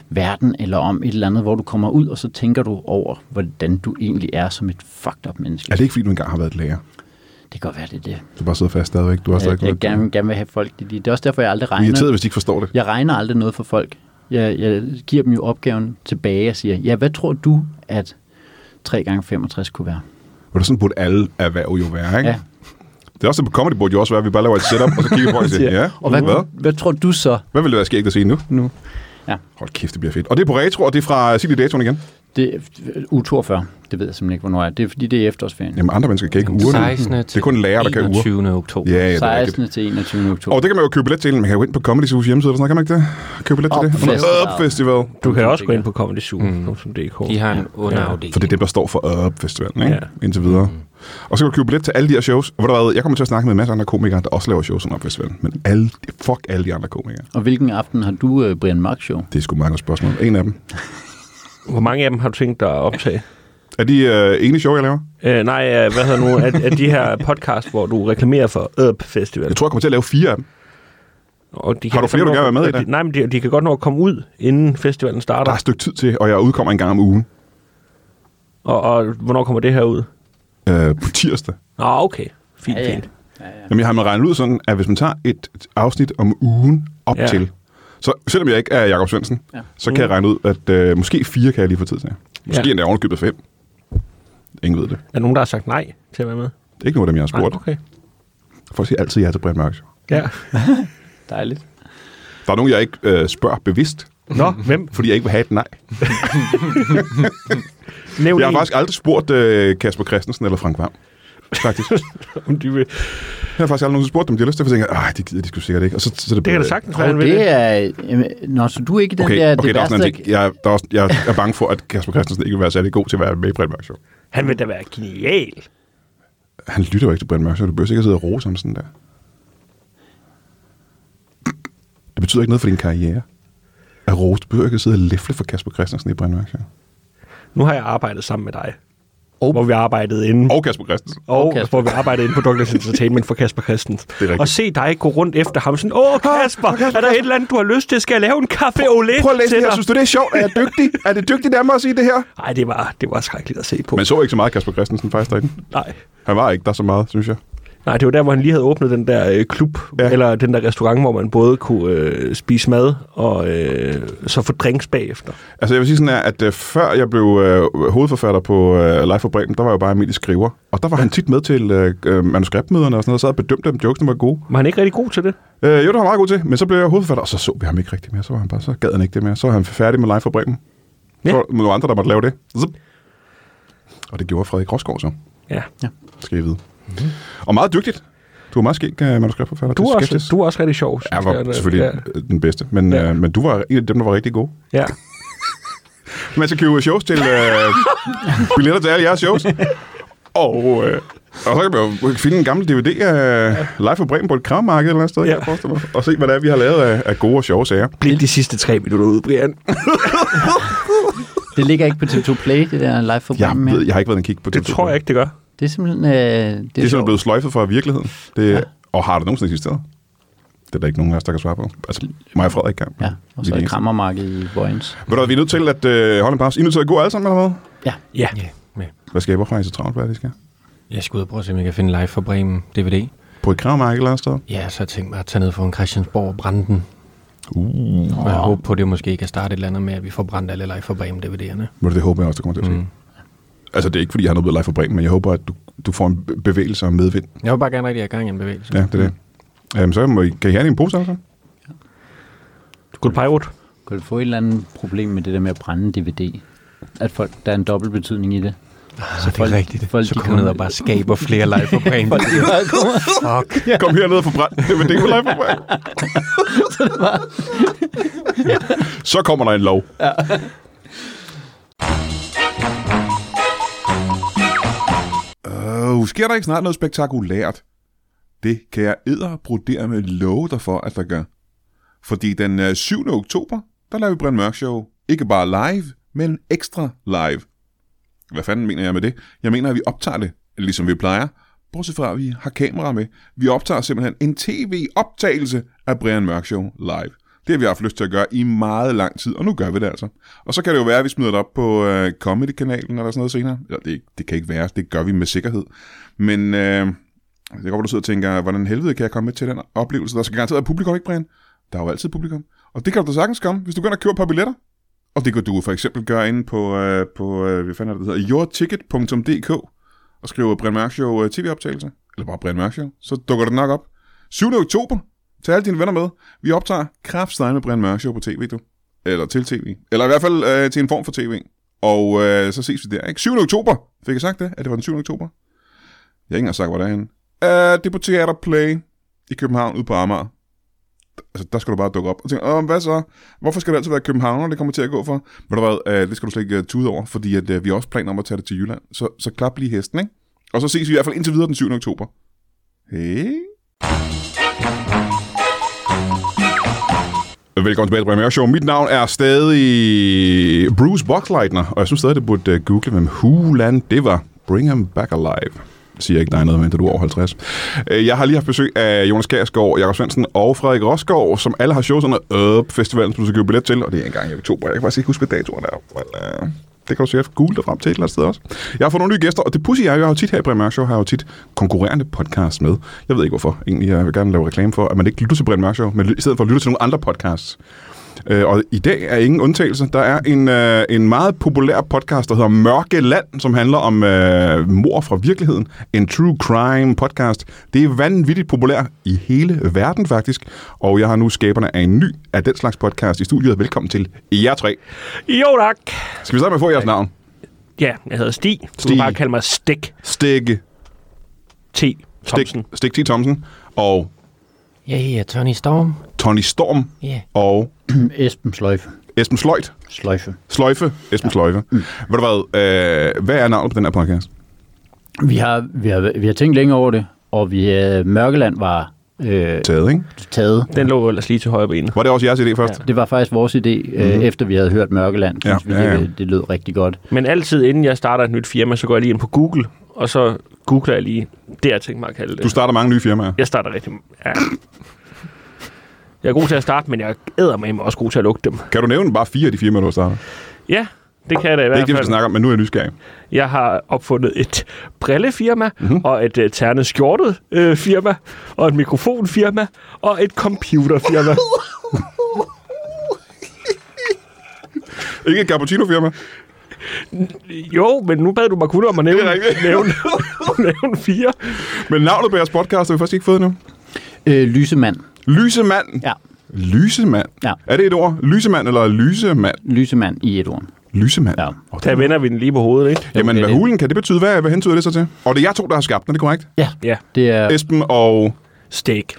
verden, eller om et eller andet, hvor du kommer ud, og så tænker du over, hvordan du egentlig er som et fucked up menneske. Er det ikke, fordi du engang har været lærer? Det kan godt være, det er det. Du bare sidder fast stadigvæk. Du har stadig Jeg gerne vil have folk. Det er også derfor, jeg aldrig regner. Jeg er irriteret, hvis de ikke forstår det. Jeg regner aldrig noget for folk. Jeg giver dem jo opgaven tilbage og siger, ja, hvad tror du, at 3x65 kunne være? Og det sådan burde alle erhverv jo være, ikke? Ja. Det er også på comedy burde jo også være, at vi bare laver et setup, og så kigger på og siger, ja, og hvad tror du så? Hvad vil det være skægt at sige nu? Ja. Hold kæft, det bliver fedt. Og det er på retro, og det er fra Silje Datoen igen? Det er uge 42. Det ved jeg simpelthen ikke, hvornår er. Det er fordi, det er efterårsferien. Jamen, andre mennesker kan ikke ugerne. Det er kun lærer, der kan uger. 21. oktober. Ja, det er 16. til 21. oktober. Og det kan man jo købe billet til. Man kan jo ind på Comedy Zoo's hjemmeside, eller sådan, kan man ikke det? Købe billet til det? Up Festival. Du kan også gå ind på comedyzoo.dk. De har en underafdeling. For det er det, der står for Up Festivalen, ikke? Ja. Indtil videre. Og så kan du købe billet til alle de her shows. Og ved du hvad, jeg kommer til at snakke med en masse andre komikere, der også laver shows som Up Festivalen. Men fuck alle de andre komikere. Og hvilken aften har du Brian Mørk Show? Det er sgu mange spørgsmål. En af dem. Hvor mange af dem har du tænkt dig at optage? Er de ene show, jeg laver? Nej, hvad hedder nu? Er de her podcast, hvor du reklamerer for Up Festival? Jeg tror, jeg kommer til at lave 4 af dem. Og de har du flere, du gerne vil være med i det? Nej, men de kan godt nå at komme ud, inden festivalen starter. Der er et stykke tid til, og jeg udkommer en gang om ugen. Og hvornår kommer det her ud? På tirsdag. Nå, okay. Fint. Jamen, jeg har regnet ud sådan, at hvis man tager et afsnit om ugen op til, så selvom jeg ikke er Jakob Svendsen, så kan jeg regne ud, at måske 4 kan jeg lige få tid til. Måske endda ovenikøbet 5. Ingen ved det. Er nogen, der har sagt nej til at være med? Det er ikke nogen af dem, jeg har spurgt. Nej, okay. Folk siger altid ja til Brian Mørk Show. Ja. Dejligt. Der er nogen, jeg ikke spørger bevidst. Nå, hvem? Fordi jeg ikke vil have et nej. Jeg har faktisk aldrig spurgt Kasper Christensen eller Frank Hvam. Faktisk. Om de vil. Jeg har faktisk aldrig nogensinde spurgt dem, de har lyst til, for jeg tænker, det gider de sgu sikkert ikke. Og så det kan da sagtens være, det er... så du er ikke den okay, der... Okay, det er også ting. Jeg er bange for, at Kasper Christensen ikke vil være særlig god til at være med i Brian Mørk Show. Han vil da være genial. Han lytter jo ikke til Brian Mørk Show. Du behøver ikke at sidde og rose ham sådan der. Det betyder ikke noget for din karriere. At rose, du behøver ikke at sidde og læfle for Kasper Christensen i Brian Mørk Show. Nu har jeg arbejdet sammen med dig. Hvor vi arbejdede inde. Og Kasper Christensen. Og hvor vi arbejdede inde på Douglas Entertainment for Kasper Christensen. Og se dig gå rundt efter ham sådan, Kasper, er der et eller andet, du har lyst til? Skal jeg lave en café au lait? Prøv at læse det her. Synes du, det er sjovt? Er jeg dygtig? Er det dygtigt af mig at sige det her? Nej, det var skrækkeligt at se på. Men så ikke så meget Kasper Christensen faktisk derinde? Nej. Han var ikke der så meget, synes jeg. Nej, det var der, hvor han lige havde åbnet den der klub, eller den der restaurant, hvor man både kunne spise mad og så få drinks bagefter. Altså jeg vil sige sådan her, at før jeg blev hovedforfatter på Live for Bremen, der var jeg jo bare Emilie Skriver. Og der var han tit med til manuskriptmøderne og sådan noget, og så havde bedømt dem, jokesene var gode. Var han ikke rigtig god til det? Jo, det var meget god til, men så blev jeg hovedforfatter, og så vi ham ikke rigtig mere. Så gad han ikke det mere. Så var han færdig med Live for Bremen. Så var nogle andre, der måtte lave det. Og det gjorde Frederik Rosgaard så. Ja. Skal I vide. Mm-hmm. Og meget dygtigt. Du var meget skæg manuskriptforfatter. Du er også rigtig sjov. Jeg var selvfølgelig den bedste, men du var en af dem, der var rigtig god. Ja. Man skal købe shows til billetter til alle jeres shows. Og så kan man jo finde en gammel DVD af Live for Bremen på et kravmarked eller andet sted, og se, hvad det er, vi har lavet af gode og sjove sager. Bliv de sidste 3 minutter ud, Brian. Det ligger ikke på TV2 Play, det der Live for Bremen mere. Jeg har ikke været en kig på TV2 Det tror jeg ikke, det gør. Det er simpelthen... det er simpelthen blevet sløjfet fra virkeligheden. Og har det nogensinde eksisteret? Det er der ikke nogen af os, der kan svare på. Altså, mig og Frederik kan. Ja, og så er krammermarkedet i Vojens. Ved du, vi er nødt til at holde en pause. I er nødt til at gå alle sammen, eller hvad? Ja. Hvad skal I? Hvorfor er I så travlt? Hvad er det, I skal? Jeg skal ud og prøve at se, om jeg kan finde Live for Bremen DVD. På et kravmarked eller andet sted? Ja, så jeg tænkte mig at tage ned for en Christiansborg og brænde den. Og jeg håber på, at det måske kan starte et eller andet med, at vi får brændt alle Live for Bremen DVD'erne. Det håber jeg også, der kommer til at ske. Altså, det er ikke, fordi jeg har noget Live for Bremen, men jeg håber, at du får en bevægelse og medvind. Jeg vil bare gerne rigtig have gang i en bevægelse. Ja, det er det. Så kan I have det i en pose, altså? Good pirate. Kan du få et eller andet problem med det der med at brænde DVD? At folk, der er en dobbelt betydning i det. Så det er rigtigt. Så kommer ned og bare skaber flere Live for Bremen. Fuck. Kom herned og få brændt DVD på Live for Bremen. Så kommer der en lov. Ja. Sker der ikke snart noget spektakulært? Det kan jeg edderbrodere med love dig for, at der gør. Fordi den 7. oktober, der laver vi Brian Mørk Show. Ikke bare live, men ekstra live. Hvad fanden mener jeg med det? Jeg mener, at vi optager det, ligesom vi plejer. Bortset fra, at vi har kamera med. Vi optager simpelthen en tv-optagelse af Brian Mørk Show live. Det har vi haft lyst til at gøre i meget lang tid, og nu gør vi det altså. Og så kan det jo være, at vi smider det op på Comedy-kanalen eller sådan noget senere. Ja, det kan ikke være, det gør vi med sikkerhed. Men det kan godt, du sidder og tænker, hvordan helvede kan jeg komme med til den oplevelse? Der skal garanteret være publikum, ikke, Brian? Der er jo altid publikum. Og det kan du da sagtens komme, hvis du går ind og køber et par billetter. Og det kan du for eksempel gøre inde på hvad fanden er det hedder, yourticket.dk og skrive Brian Mørk Show tv-optagelse. Eller bare Brian Mørk Show. Så dukker det nok op. 7. oktober. Tag alle dine venner med. Vi optager kraftstein med Brian Mørk Show på tv, du. Eller til tv. Eller i hvert fald til en form for tv. Og så ses vi der, ikke? 7. oktober. Fik jeg sagt det? At det var den 7. oktober? Jeg har ikke engang sagt, hvor det er henne. Det er på Theater Play i København, ude på Amager. Altså, der skal du bare dukke op og tænke, hvad så? Hvorfor skal det altid være København, når det kommer til at gå for? Ved du hvad, det skal du slet ikke tude over, fordi at, vi har også planer om at tage det til Jylland. Så klap lige hesten, ikke? Og så ses vi i hvert fald indtil videre den 7. oktober. Hey. Velkommen tilbage til Brian Mørk Show. Mit navn er stadig Bruce Boxleitner, og jeg synes stadig, det burde google, hvem huland det var. Bring him back alive. Siger ikke dig noget, men du er over 50. Jeg har lige haft besøg af Jonas Kjærsgaard, Jakob Svendsen og Frederik Rosgaard, som alle har shows under festivalen, som du skal købe billet til, og det er en gang i oktober. Jeg kan faktisk ikke huske, hvad datoen er, men det kan du sikkert google dig frem til et eller andet sted også. Jeg har fået nogle nye gæster, og det pudsige er, jeg har jo tit her i Brian Mørk Show, har jo tit konkurrerende podcast med. Jeg ved ikke hvorfor. Egentlig, jeg vil gerne lave reklame for, at man ikke lytter til Brian Mørk Show, men i stedet for at lytte til nogle andre podcasts. Og i dag er ingen undtagelse. Der er en meget populær podcast, der hedder Mørkeland, som handler om mord fra virkeligheden. En true crime podcast. Det er vanvittigt populær i hele verden faktisk. Og jeg har nu skaberne af en ny af den slags podcast i studiet. Velkommen til jer tre. Jo, tak. Skal vi starte med at få jeres navn? Ja, jeg hedder Stig. Du kan bare kalde mig Stik. Stikke. T. Thomsen. Stik T. Thomsen. Og Ja, Tony Storm. Tony Storm. Ja. Og Esben Sløjfe. Esben Sløjt. Sløjfe. Esben Sløjfe. Ved du hvad? Hvad er navnet på den her podcast? Vi har tænkt længe over det, og Mørkeland var Taget, ikke? taget. Den lå ellers lige til højre benet. Var det også jeres idé først? Ja, det var faktisk vores idé, efter vi havde hørt Mørkeland. Synes vi, det lød rigtig godt. Men altid inden jeg starter et nyt firma, så går jeg lige ind på Google, og så googler jeg lige det, jeg tænker mig at kalde det. Du starter mange nye firmaer. Jeg starter rigtig... Ja. Jeg er god til at starte, men jeg er med også god til at lukke dem. Kan du nævne bare 4 af de firmaer, du har startet? Ja, det kan jeg da i hvert fald. Det er ikke det, vi skal snakke om, men nu er jeg nysgerrig. Jeg har opfundet et brillefirma, og et ternet skjortet firma, og et mikrofonfirma, og et computerfirma. Ikke et cappuccino-firma? Jo, men nu bad du mig kun om at nævne 4. Men navnet på jeres podcast har vi faktisk ikke fået nu. Lysemand. Lysemand? Ja. Lysemand? Ja. Er det et ord? Lysemand eller lysemand? Lysemand i et ord. Lysemand? Ja. Der vender vi den lige på hovedet, ikke? Jamen, hvad hulen kan det betyde? Hvad hentyder det så til? Og det er jer to, der har skabt den, er det korrekt? Ja. Det er Esben og Stik.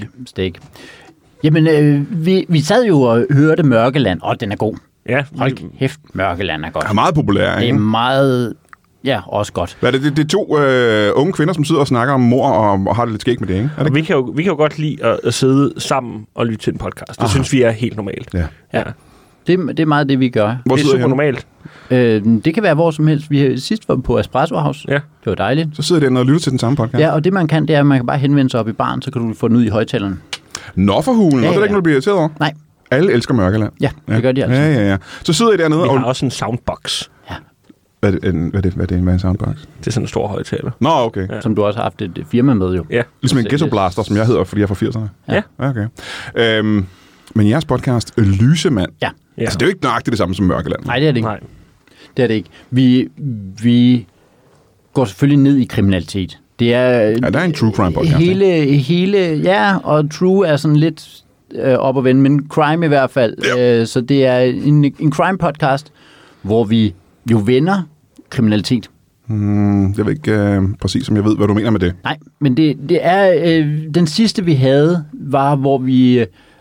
Jamen, vi sad jo og hørte Mørkeland, og den er god. Ja. Hold kæft, Mørkeland er godt. er meget populær, Det er ikke? meget... Ja, også godt. Hvad er det? Det er 2 unge kvinder, som sidder og snakker om mor og har det lidt skægt med det, ikke? Er det ikke? Vi kan jo godt lide at sidde sammen og lytte til en podcast. Det synes vi er helt normalt. Ja. Det er meget det, vi gør. Hvor Det er sidder super I henne? normalt. Det kan være hvor som helst. Vi har sidst var på Espresso House. Ja. Det var dejligt. Så sidder der og lytter til den samme podcast. Ja, og det man kan, det er, at man kan bare henvende sig op i baren, så kan du få den ud i højtaleren. Nå for hulen, Ja, og det er ikke noget, du bliver irriteret over? Nej. Alle elsker Mørkeland. Ja, det gør de altså. Ja. Så sidder I dernede Vi og... har også en soundbox. Hvad er det en soundbox? Det er sådan en stor højtaler. Nå, okay. Ja. Som du også har haft et firma med jo. Ja. Ligesom en ghetto blaster, som jeg hedder, fordi jeg er fra 80'erne. Ja. Okay. Men jeres podcast, Lysemand, Ja. altså det er jo ikke nøjagtigt det samme som Mørkeland. Nej, det er det ikke. Nej. Det er det ikke. Vi går selvfølgelig ned i kriminalitet. Det er... Ja, der er en true crime podcast. Ja, og true er sådan lidt op og vende, men crime i hvert fald. Ja. Så det er en crime podcast, hvor vi jo vender kriminalitet. Jeg ved ikke præcis, om jeg ved, hvad du mener med det. Nej, men det er... den sidste, vi havde, var, hvor vi...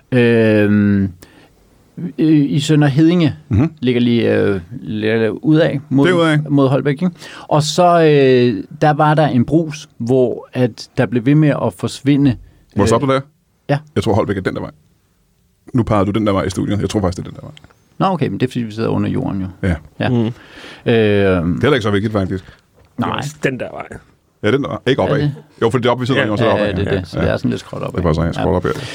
i Sønder Hedinge ligger lige udad mod Holbæk. Ikke? Og så der var der en brus, hvor at der blev ved med at forsvinde. Må du stoppe der? Ja. Jeg tror, Holbæk er den der vej. Nu pegede du den der vej i studiet. Jeg tror faktisk, det er den der vej. Nå, okay, men det er fordi, vi sidder under jorden jo. Ja. Ja. Det er da ikke så vigtigt, faktisk. Nej. Den der vej. Ja, den er ikke opad. Jo, for det er oppe, vi sidder, og så opad. Ja, det er det. Så det er sådan lidt skråt opad. Det er bare sådan,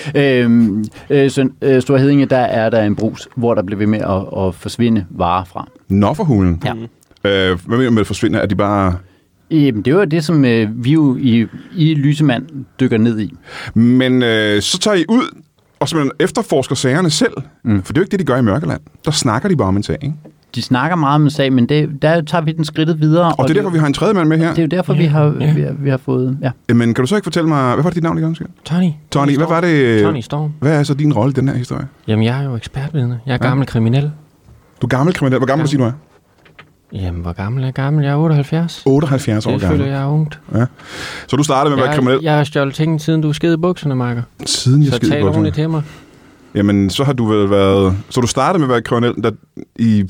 jeg skråt op, Store Heddinge, der er der en brus, hvor der bliver ved med at forsvinde varer fra. Nå for hulen. Ja. Hvad mener du med at forsvinde? Er de bare... Det er jo det, som vi jo i Lysemand dykker ned i. Men så tager I ud og simpelthen efterforsker sagerne selv. For det er jo ikke det, de gør i Mørkeland. Der snakker de bare om en sag, ikke? De snakker meget om en sag, men der tager vi den skridtet videre. Og det er derfor, vi har en tredje mand med her. Det er jo derfor, vi har fået... Ja. Men kan du så ikke fortælle mig, hvad var det dit navn igen? Tony, hvad var det? Tony Storm. Hvad er så din rolle i den her historie? Jamen, jeg er jo ekspertvidne. Jeg er gammel kriminel. Du er gammel kriminel. Hvor gammel siger du er? Jamen, hvor gammel er jeg gammel? Jeg er 78. 78 år gammel. Det føler jeg er ungt. Ja. Så du startede med at være kriminel? Jeg har stjålet ting, siden du skede i bukserne, Marker. Siden jeg skede i bukserne? Så tal ordentligt til mig. Jamen, så har du vel været... Så du startede med at være kriminel i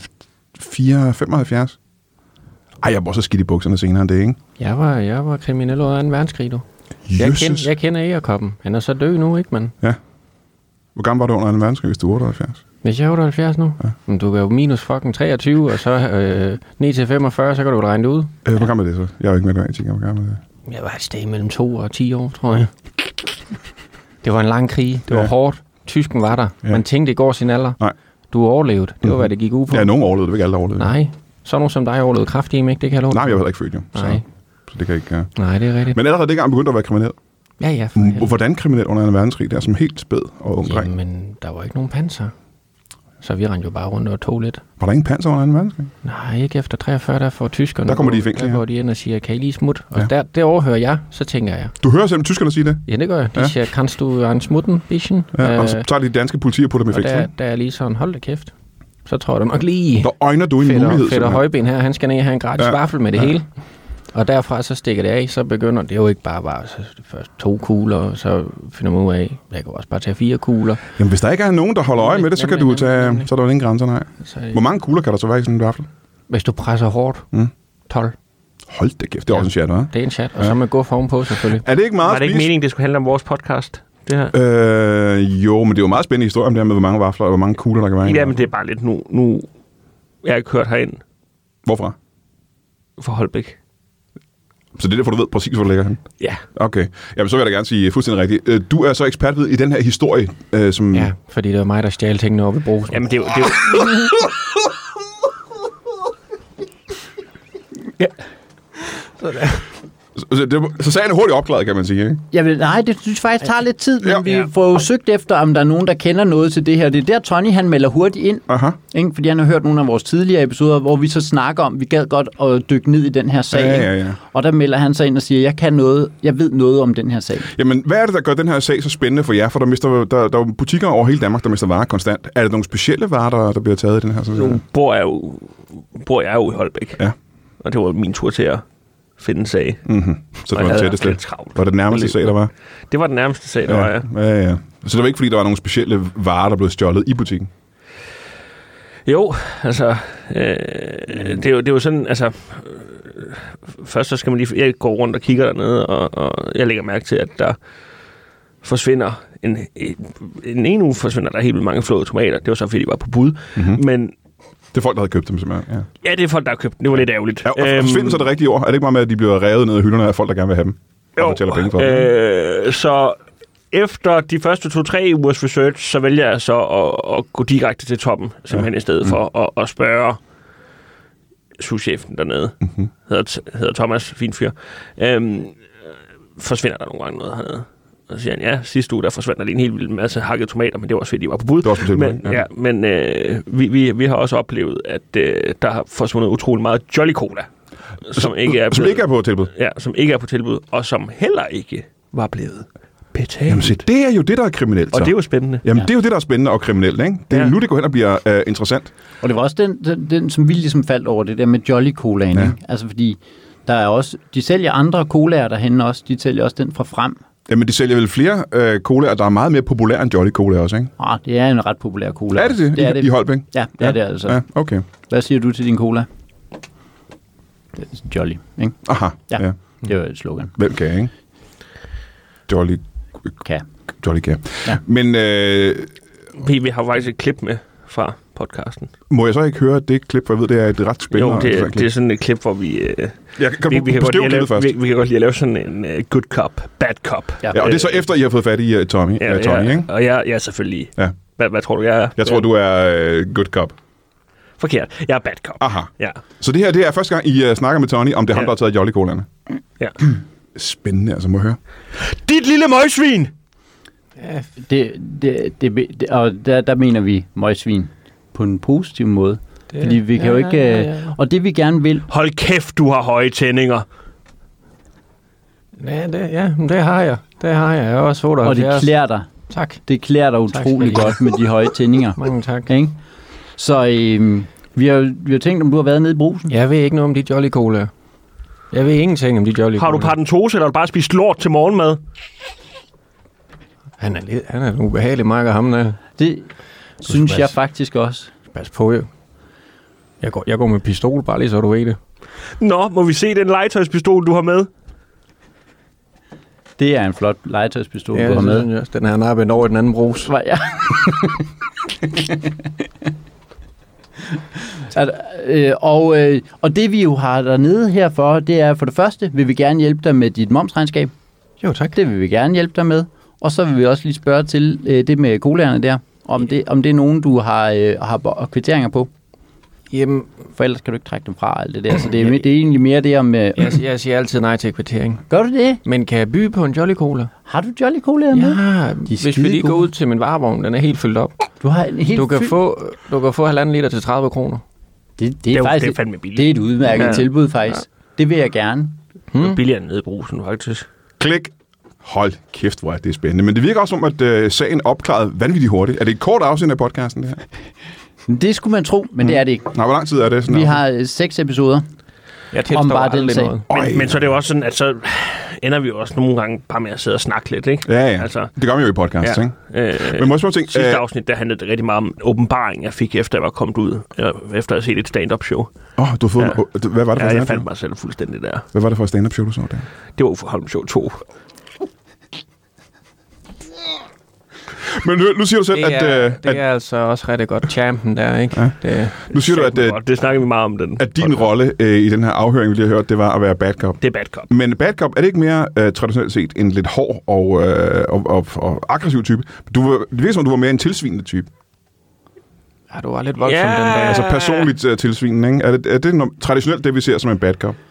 75? Ej, jeg var også skidt i bukserne senere end det, ikke? Jeg var kriminel under 2. verdenskrig, du. Jeg kender Egerkoppen. Han er så død nu, ikke, mand? Ja. Hvor gammel var du under 2. verdenskrig, hvis du er 78? Hvis jeg er 78 nu? Ja. Men du kan jo minus fucking 23, og så ned til 45, så kan du regne det ud. Hvor gammel er det så? Jeg er jo ikke matematik. Hvor gammel er det? Jeg var et sted mellem 2 og 10 år, tror jeg. Det var en lang krig. Det var hårdt. Tysken var der. Ja. Man tænkte, det går sin alder. Nej. Du overlevede. Det var, hvad det gik ud på. Ja, nogen overlevede. Det var ikke alle, der overlevede. Nej. Så nogen som dig overlevede kræftigt, ikke? Det kan jeg love. Nej, jeg var heller ikke født, jo. Nej. Så det kan ikke... Ja. Nej, det er rigtigt. Men allerede dengang begyndte at være kriminel. Ja. Hvordan kriminel under 2. verdenskrig? Det er som helt spæd og ung dreng. Men der var ikke nogen panser. Så vi rendte jo bare rundt og tog lidt. Var der ingen panser under 2. verdenskrig? Nej, ikke efter 43, der får tyskerne. Der kommer de i fængsel, Der går de ind og siger, kan I lige smutte? Og det overhører jeg, så tænker jeg. Du hører selv tyskerne sige det? Ja, det gør jeg. De siger, kan du en smutten, bichen? Ja, og så tager de danske politi og putter dem i fængsel. Der er lige sådan, hold da kæft. Så tror jeg nok lige... Der øjner du en mulighed. Fætter Højben her, han skal ned og have en gratis vaffel med det hele. Og derfra så stikker det af, så begynder det jo ikke bare så først 2 kugler, og så finder man ud af, jeg kan også bare tage 4 kugler. Jamen hvis der ikke er nogen, der holder øje med det, så kan du tage, så er der jo ingen grænser, nej. Hvor mange kugler kan der så være i sådan en vaffel? Hvis du presser hårdt, 12. Hold da kæft, det er også en chat, hva'? Det er en chat, og så med guf ovenpå selvfølgelig. Er det ikke meget Var det ikke meningen, det skulle handle om vores podcast? Det her? Jo, men det er jo meget spændende historie om det her med, hvor mange vafler og hvor mange kugler, der kan være i. Ja, men det er bare lidt nu jeg har kørt herind. Hvorfra? For Holbæk. Så det er derfor, du ved præcis, hvor du ligger hen? Ja. Okay. Jamen, så vil jeg da gerne sige fuldstændig rigtigt. Du er så ekspert i den her historie, som... Ja, fordi det var mig, der stjal tingene oppe i Brugsen. Jamen, det er jo... Ja. Så sagen er hurtigt opklaret, kan man sige, ikke? Nej, det synes faktisk tager lidt tid, men vi får jo søgt efter, om der er nogen, der kender noget til det her. Det er der, Tony han melder hurtigt ind, ikke? Fordi han har hørt nogle af vores tidligere episoder, hvor vi så snakker om, vi gad godt at dykke ned i den her sag. Ja. Og der melder han sig ind og siger, jeg kan noget, jeg ved noget om den her sag. Jamen, hvad er det, der gør den her sag så spændende for jer? For der er jo butikker over hele Danmark, der mister varer konstant. Er det nogle specielle varer, der bliver taget i den her sag? Nu bor jeg jo i Holbæk. Ja. Og det var min tur til at finde en sag. Mm-hmm. Så det var det tætteste. Var det nærmeste sag, der var? Det var den nærmeste sag, der var, ja. Så det var ikke, fordi der var nogle specielle varer, der blev stjålet i butikken? Jo, altså... det er jo sådan, altså... først så skal man lige... Jeg går rundt og kigger dernede, og jeg lægger mærke til, at der forsvinder... En uge forsvinder der helt vildt mange flåede tomater. Det var så, fordi de var på bud. Mm-hmm. Men... Det er folk, der havde købt dem, simpelthen. Ja, det er folk, der har købt dem. Det var lidt ærgerligt. Ja, og forsvinder så det rigtige ord? Er det ikke meget med, at de bliver revet ned af hylderne af folk, der gerne vil have dem? Jo, så efter de første 2-3 ugers research, så vælger jeg så at gå direkte til toppen, simpelthen i stedet for at spørge souschefen dernede. Mm-hmm. Hedder Thomas, fin fyr. Forsvinder der nogle gange noget hernede? Og så siger han, ja, sidste uge der forsvandt der lige en helt vild masse hakkede tomater, men det var også fordi, de var på bud. Men vi har også oplevet, at der har forsvundet utrolig meget Jolly Cola, som ikke er på tilbud. Ja, som ikke er på tilbud, og som heller ikke var blevet betalt. Jamen se, det er jo det, der er kriminelt. Og det er jo spændende. Jamen det er jo det, der er spændende og kriminelt, ikke? Det er nu, det går hen og bliver interessant. Og det var også den som vi ligesom faldt over, det der med Jolly Colaen, ikke? Altså fordi der er også, de sælger andre colaer derhenne også, de sælger også den fra Frem. Jamen, de sælger vel flere colaer, der er meget mere populære end Jolly Cola også, ikke? Det er en ret populær cola. Er det det? I Holbæk? Ja, det er det altså. Ja, okay. Hvad siger du til din cola? Det er Jolly, ikke? Aha, ja. Det var et slogan. Hvem kan, ikke? Jolly kan. Ja. Men... Vi har faktisk et klip med fra podcasten. Må jeg så ikke høre det klip, for jeg ved, det er et ret spændende... Jo, det er sådan et klip, hvor vi... Jeg kan vi kan beskrive klippet først. vi kan godt lide at lave sådan en good cop, bad cop. Ja, og det er så efter, I har fået fat i Tommy, ikke? Og jeg er selvfølgelig... Ja. Hvad tror du, jeg er? Jeg tror, du er good cop. Forkert. Jeg er bad cop. Aha. Ja. Så det her, det er første gang, I snakker med Tony, om det er ham, der har taget Jolly-colaerne. Ja. Spændende, altså, må jeg høre. Dit lille møgsvin! Og der mener vi møgsvin på en positiv måde. Fordi vi kan jo ikke... Og det vi gerne vil... Hold kæft, du har høje tændinger. Det har jeg. Det har jeg. Jeg er også 78. Og det klæder dig. Tak. Det klæder dig utrolig godt med de høje tændinger. Mange tak. Ikke? Så vi har tænkt, om du har været nede i Brugsen. Jeg ved ikke noget om de Jolly Cola. Jeg ved ingenting om de Jolly Cola. Har du paradentose, eller har du bare spist lort til morgenmad? Han er en ubehagelig marker, ham der. Det synes jeg faktisk også. Pas på, jo. Jeg går med pistol, bare lige så du ved det. Nå, må vi se den legetøjspistol, du har med? Det er en flot legetøjspistol, du har med. Ja, den her nappet over i den anden brus. Ja. Og det vi jo har dernede herfor, det er for det første, vil vi gerne hjælpe dig med dit momsregnskab. Jo, tak. Det vil vi gerne hjælpe dig med. Og så vil vi også lige spørge til det med colaerne der, om det er nogen, du har kvitteringer på. Jamen, for ellers kan du ikke trække dem fra alt det der. Så det er egentlig mere det om... Jeg siger altid nej til kvittering. Gør du det? Men kan jeg byde på en Jolly Cola? Har du Jolly Cola med? Ja, hvis vi lige går ud til min varevogn, den er helt fyldt op. Du har en helt du kan få 1,5 liter til 30 kroner. Det er faktisk det er fandme billigt. Det er et udmærket tilbud, faktisk. Ja. Det vil jeg gerne. Det er billigere nede i Brugsen, faktisk. Klik. Hold kæft, hvor er det spændende. Men det virker også som, at sagen opklarede vanvittigt hurtigt. Er det et kort afsnit af podcasten, det her? Det skulle man tro, men det er det ikke. Nå, hvor lang tid er det? Vi har 6 episoder. Jeg tilstår bare den sag. Men så er det jo også sådan, at så ender vi jo også nogle gange bare med at sidde og snakke lidt, ikke? Ja. Altså, det gør vi jo i podcast, ikke? Men må jeg spørge ting? Sidste afsnit, der handlede det rigtig meget om åbenbaring, jeg fik, efter jeg var kommet ud. Efter at have set et stand-up show. Du har fået hvad var det for stand-up show? Jeg fandt mig selv fuldstændig der. Hvad var det for et stand-up show, du så der? Det var for Holm Show 2. Men nu siger du selv, det er altså også rigtig godt champen der, ikke? Ja. Nu siger du, at det snakker vi meget om den. At din rolle i den her afhøring, vi lige har hørt, det var at være bad cop. Det er bad cop. Men bad cop, er det ikke mere traditionelt set en lidt hård og aggressiv type? Det virker som, du var mere en tilsvinende type. Ja, du var lidt voldsom den dag. Altså personligt tilsvinende, ikke? Er det traditionelt det, vi ser som en bad cop?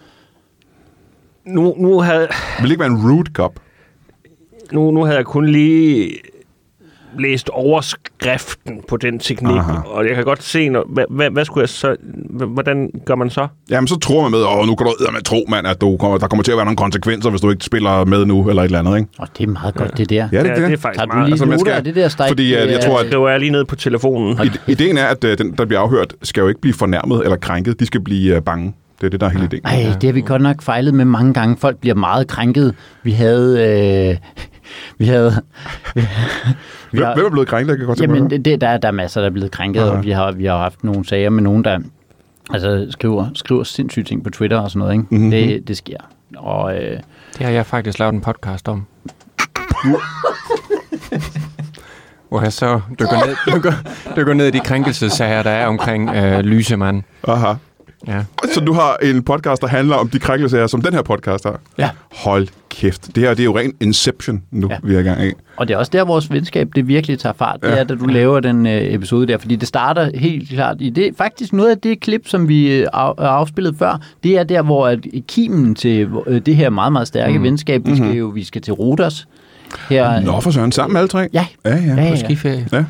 Nu havde... Vil det ikke være en rude cop? Nu havde jeg kun lige læst overskriften på den teknik, og jeg kan godt se, hvad skulle jeg så... Hvordan gør man så? Jamen, så tror man med, nu kan du eddermame tro, mand, at der kommer til at være nogle konsekvenser, hvis du ikke spiller med nu, eller et eller andet, ikke? Det er meget godt, det der. Ja, det er faktisk meget. Tager du lige noter af det der steg? Fordi jeg tror, at... Det var jeg lige nede på telefonen. Ideen er, at den, der bliver afhørt, skal jo ikke blive fornærmet eller krænket. De skal blive bange. Det er det, der er hele ideen. Ej, det har vi godt nok fejlet med mange gange. Folk bliver meget krænket. Hvem er blevet krænket? Jeg kan godt jamen, der er masser, der er blevet krænket, og vi har haft nogle sager med nogen, der skriver sindssyge ting på Twitter og sådan noget. Ikke? Mm-hmm. Det sker. Og, det har jeg faktisk lavet en podcast om. Hvor jeg så dykker ned i de krænkelsessager, der er omkring Lysemand. Aha. Ja. Så du har en podcast, der handler om de krænkelser, som den her podcast har? Ja. Hold kæft. Det her, det er jo ren Inception nu, vi er i gang af. Og det er også der, vores venskab, det virkelig tager fart. Det er, da du laver den episode der. Fordi det starter helt klart i det. Faktisk noget af det klip, som vi afspillede før, det er der, hvor kimen til det her meget, meget stærke venskab, vi skal til Rodos. Her, Nå, for søren, sammen alle tre? Ja. På skiferie. Ja.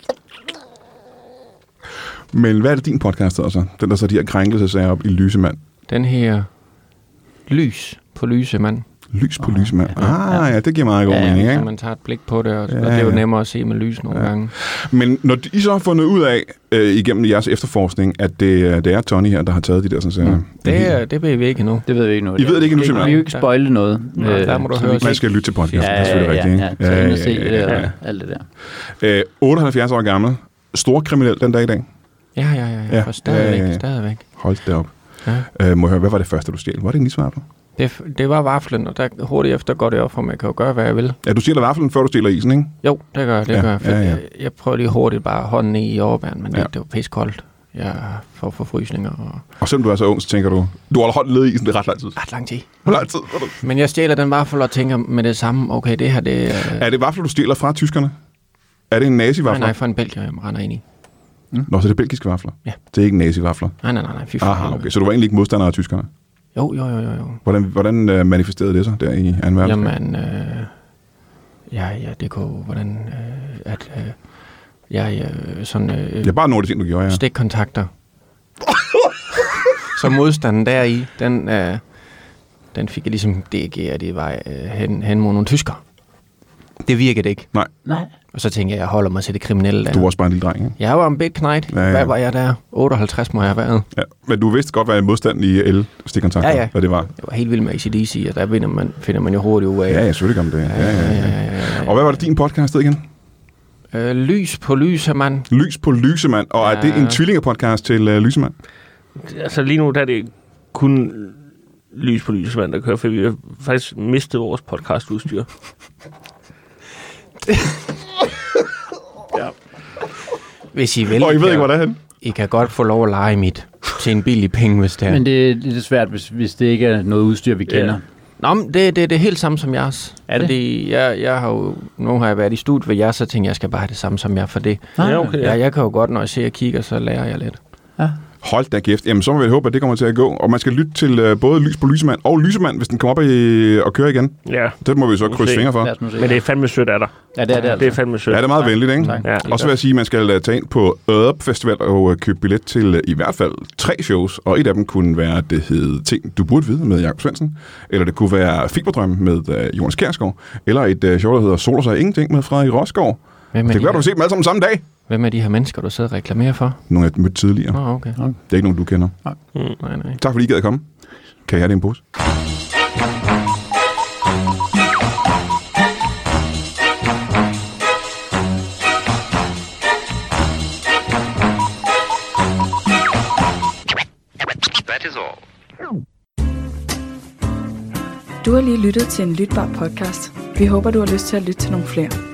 Men hvad er det din podcast hedder så? Den, der så de her krænkelsesager op i Lysemand. Den her Lys på Lysemand. Lys på Lysemand. Ja, det giver meget god mening, ikke? Så man tager et blik på det, og det er jo nemmere at se med lys nogle gange. Men når I så har fundet ud af, igennem jeres efterforskning, at det er Tony her, der har taget de der sådan sager. Det ved vi ikke endnu. Det ved vi ikke nu. I ved det ikke nu, simpelthen? Vi vil jo ikke spoile noget. Der må du høre. Man skal lytte til podcasten, det er selvfølgelig rigtigt, ikke? Så se det og alt det der. 78 år gammel. Stor kriminel den dag i dag. Ja. For stadigvæk. Hold det op. Ja. Må jeg høre, hvad var det første, du stjal? Var det en isvarper? Det var vaflen, og der hurtigt efter går det op for mig, jeg kan jo gøre, hvad jeg vil. Ja, du stjæler vaflen, før du stjæler isen, ikke? Jo, det gør jeg. Ja. Jeg prøver lige hurtigt bare hånden ned i overbæren, men det var pissekoldt. Jeg får forfrysninger. Og selvom du er så ung, så tænker du holder hånden ned i isen, det er ret lang tid. Ret lang tid. Hvor lang tid? Men jeg stjæler den vaffel og tænker med det samme, okay, det her, det Er det vafler, du stjæler fra tyskerne? Er det en nazi-vafler? Nej, fra en belgier, jeg render ind i. Nå, så det er belgiske vafler? Ja. Det er ikke nazi-vafler? Nej, fy fanden. Aha, okay. Så du var egentlig ikke modstander af tyskerne? Jo. Hvordan manifesterede det sig der i 2. verdenskrig? Jamen, det kunne, hvordan, sådan... det er bare nogle af de ting, du gjorde, ja. Stikkontakter. Så modstanden deri, den fik jeg ligesom dirigeret i vej hen mod nogle tyskere. Det virkede ikke. Nej. Og så tænkte jeg holder mig til det kriminelle der. Du var også bare en lille dreng, ikke? Jeg var en bit knight. Ja. Hvad var jeg der? 58 må jeg have været. Ja, men du vidste godt, hvad en modstand i el-stikkontakter, Ja. hvad det var. Jeg var helt vild med ACDC, og der finder man jo hurtigt ud af. Ja, selvfølgelig om det. Ja. Og hvad var det din podcast hed igen? Lys på Lysemand. Lys på Lysemand. Og er det en tvillingepodcast til Lysemand? Altså lige nu, der er det kun Lys på Lysemand, der kører, for vi har faktisk mistet vores podcastudstyr. Ja. Hvis I vil, og I ved ikke, hvor det er henne? I kan godt få lov at lege mit til en billig penge, hvis det er. Men det er svært, hvis det ikke er noget udstyr, vi kender. Nå, men det er det helt samme som jeres. Er det? Fordi jeg har jo... Nu har jeg været i studiet ved jer, så tænker jeg skal bare have det samme som jer for det. Okay. Ja, jeg kan jo godt, når jeg ser og kigger, så lærer jeg lidt. Ja. Hold da kæft. Jamen, så må vi håbe, at det kommer til at gå. Og man skal lytte til både Lys på Lysemand og Lysemand, hvis den kommer op og kører igen. Ja. Det må vi så krydse fingre for. Men det er fandme sødt af dig. Ja, det er det. Det er fandme sødt. Ja, det er meget venligt, ikke? Ja. Og så vil jeg sige, at man skal tage ind på Ørup Festival og købe billet til i hvert fald 3 shows. Og et af dem kunne være, det hed Ting, du burde vide med Jakob Svendsen. Eller det kunne være Fiberdrøm med Jonas Kjærsgaard. Eller et show, der hedder Sol og sig ingenting med Frederik Rosgaard. Det kan være, du vil se dem alle sammen samme dag. Hvem er de her mennesker, du sidder og reklamerer for? Nogle af dem mødte tidligere. Okay. Det er ikke nogen, du kender. Nej. Tak fordi I gad at komme. Kan jeg have det i en pose? That is all. Du har lige lyttet til en lytbar podcast. Vi håber, du har lyst til at lytte til nogle flere.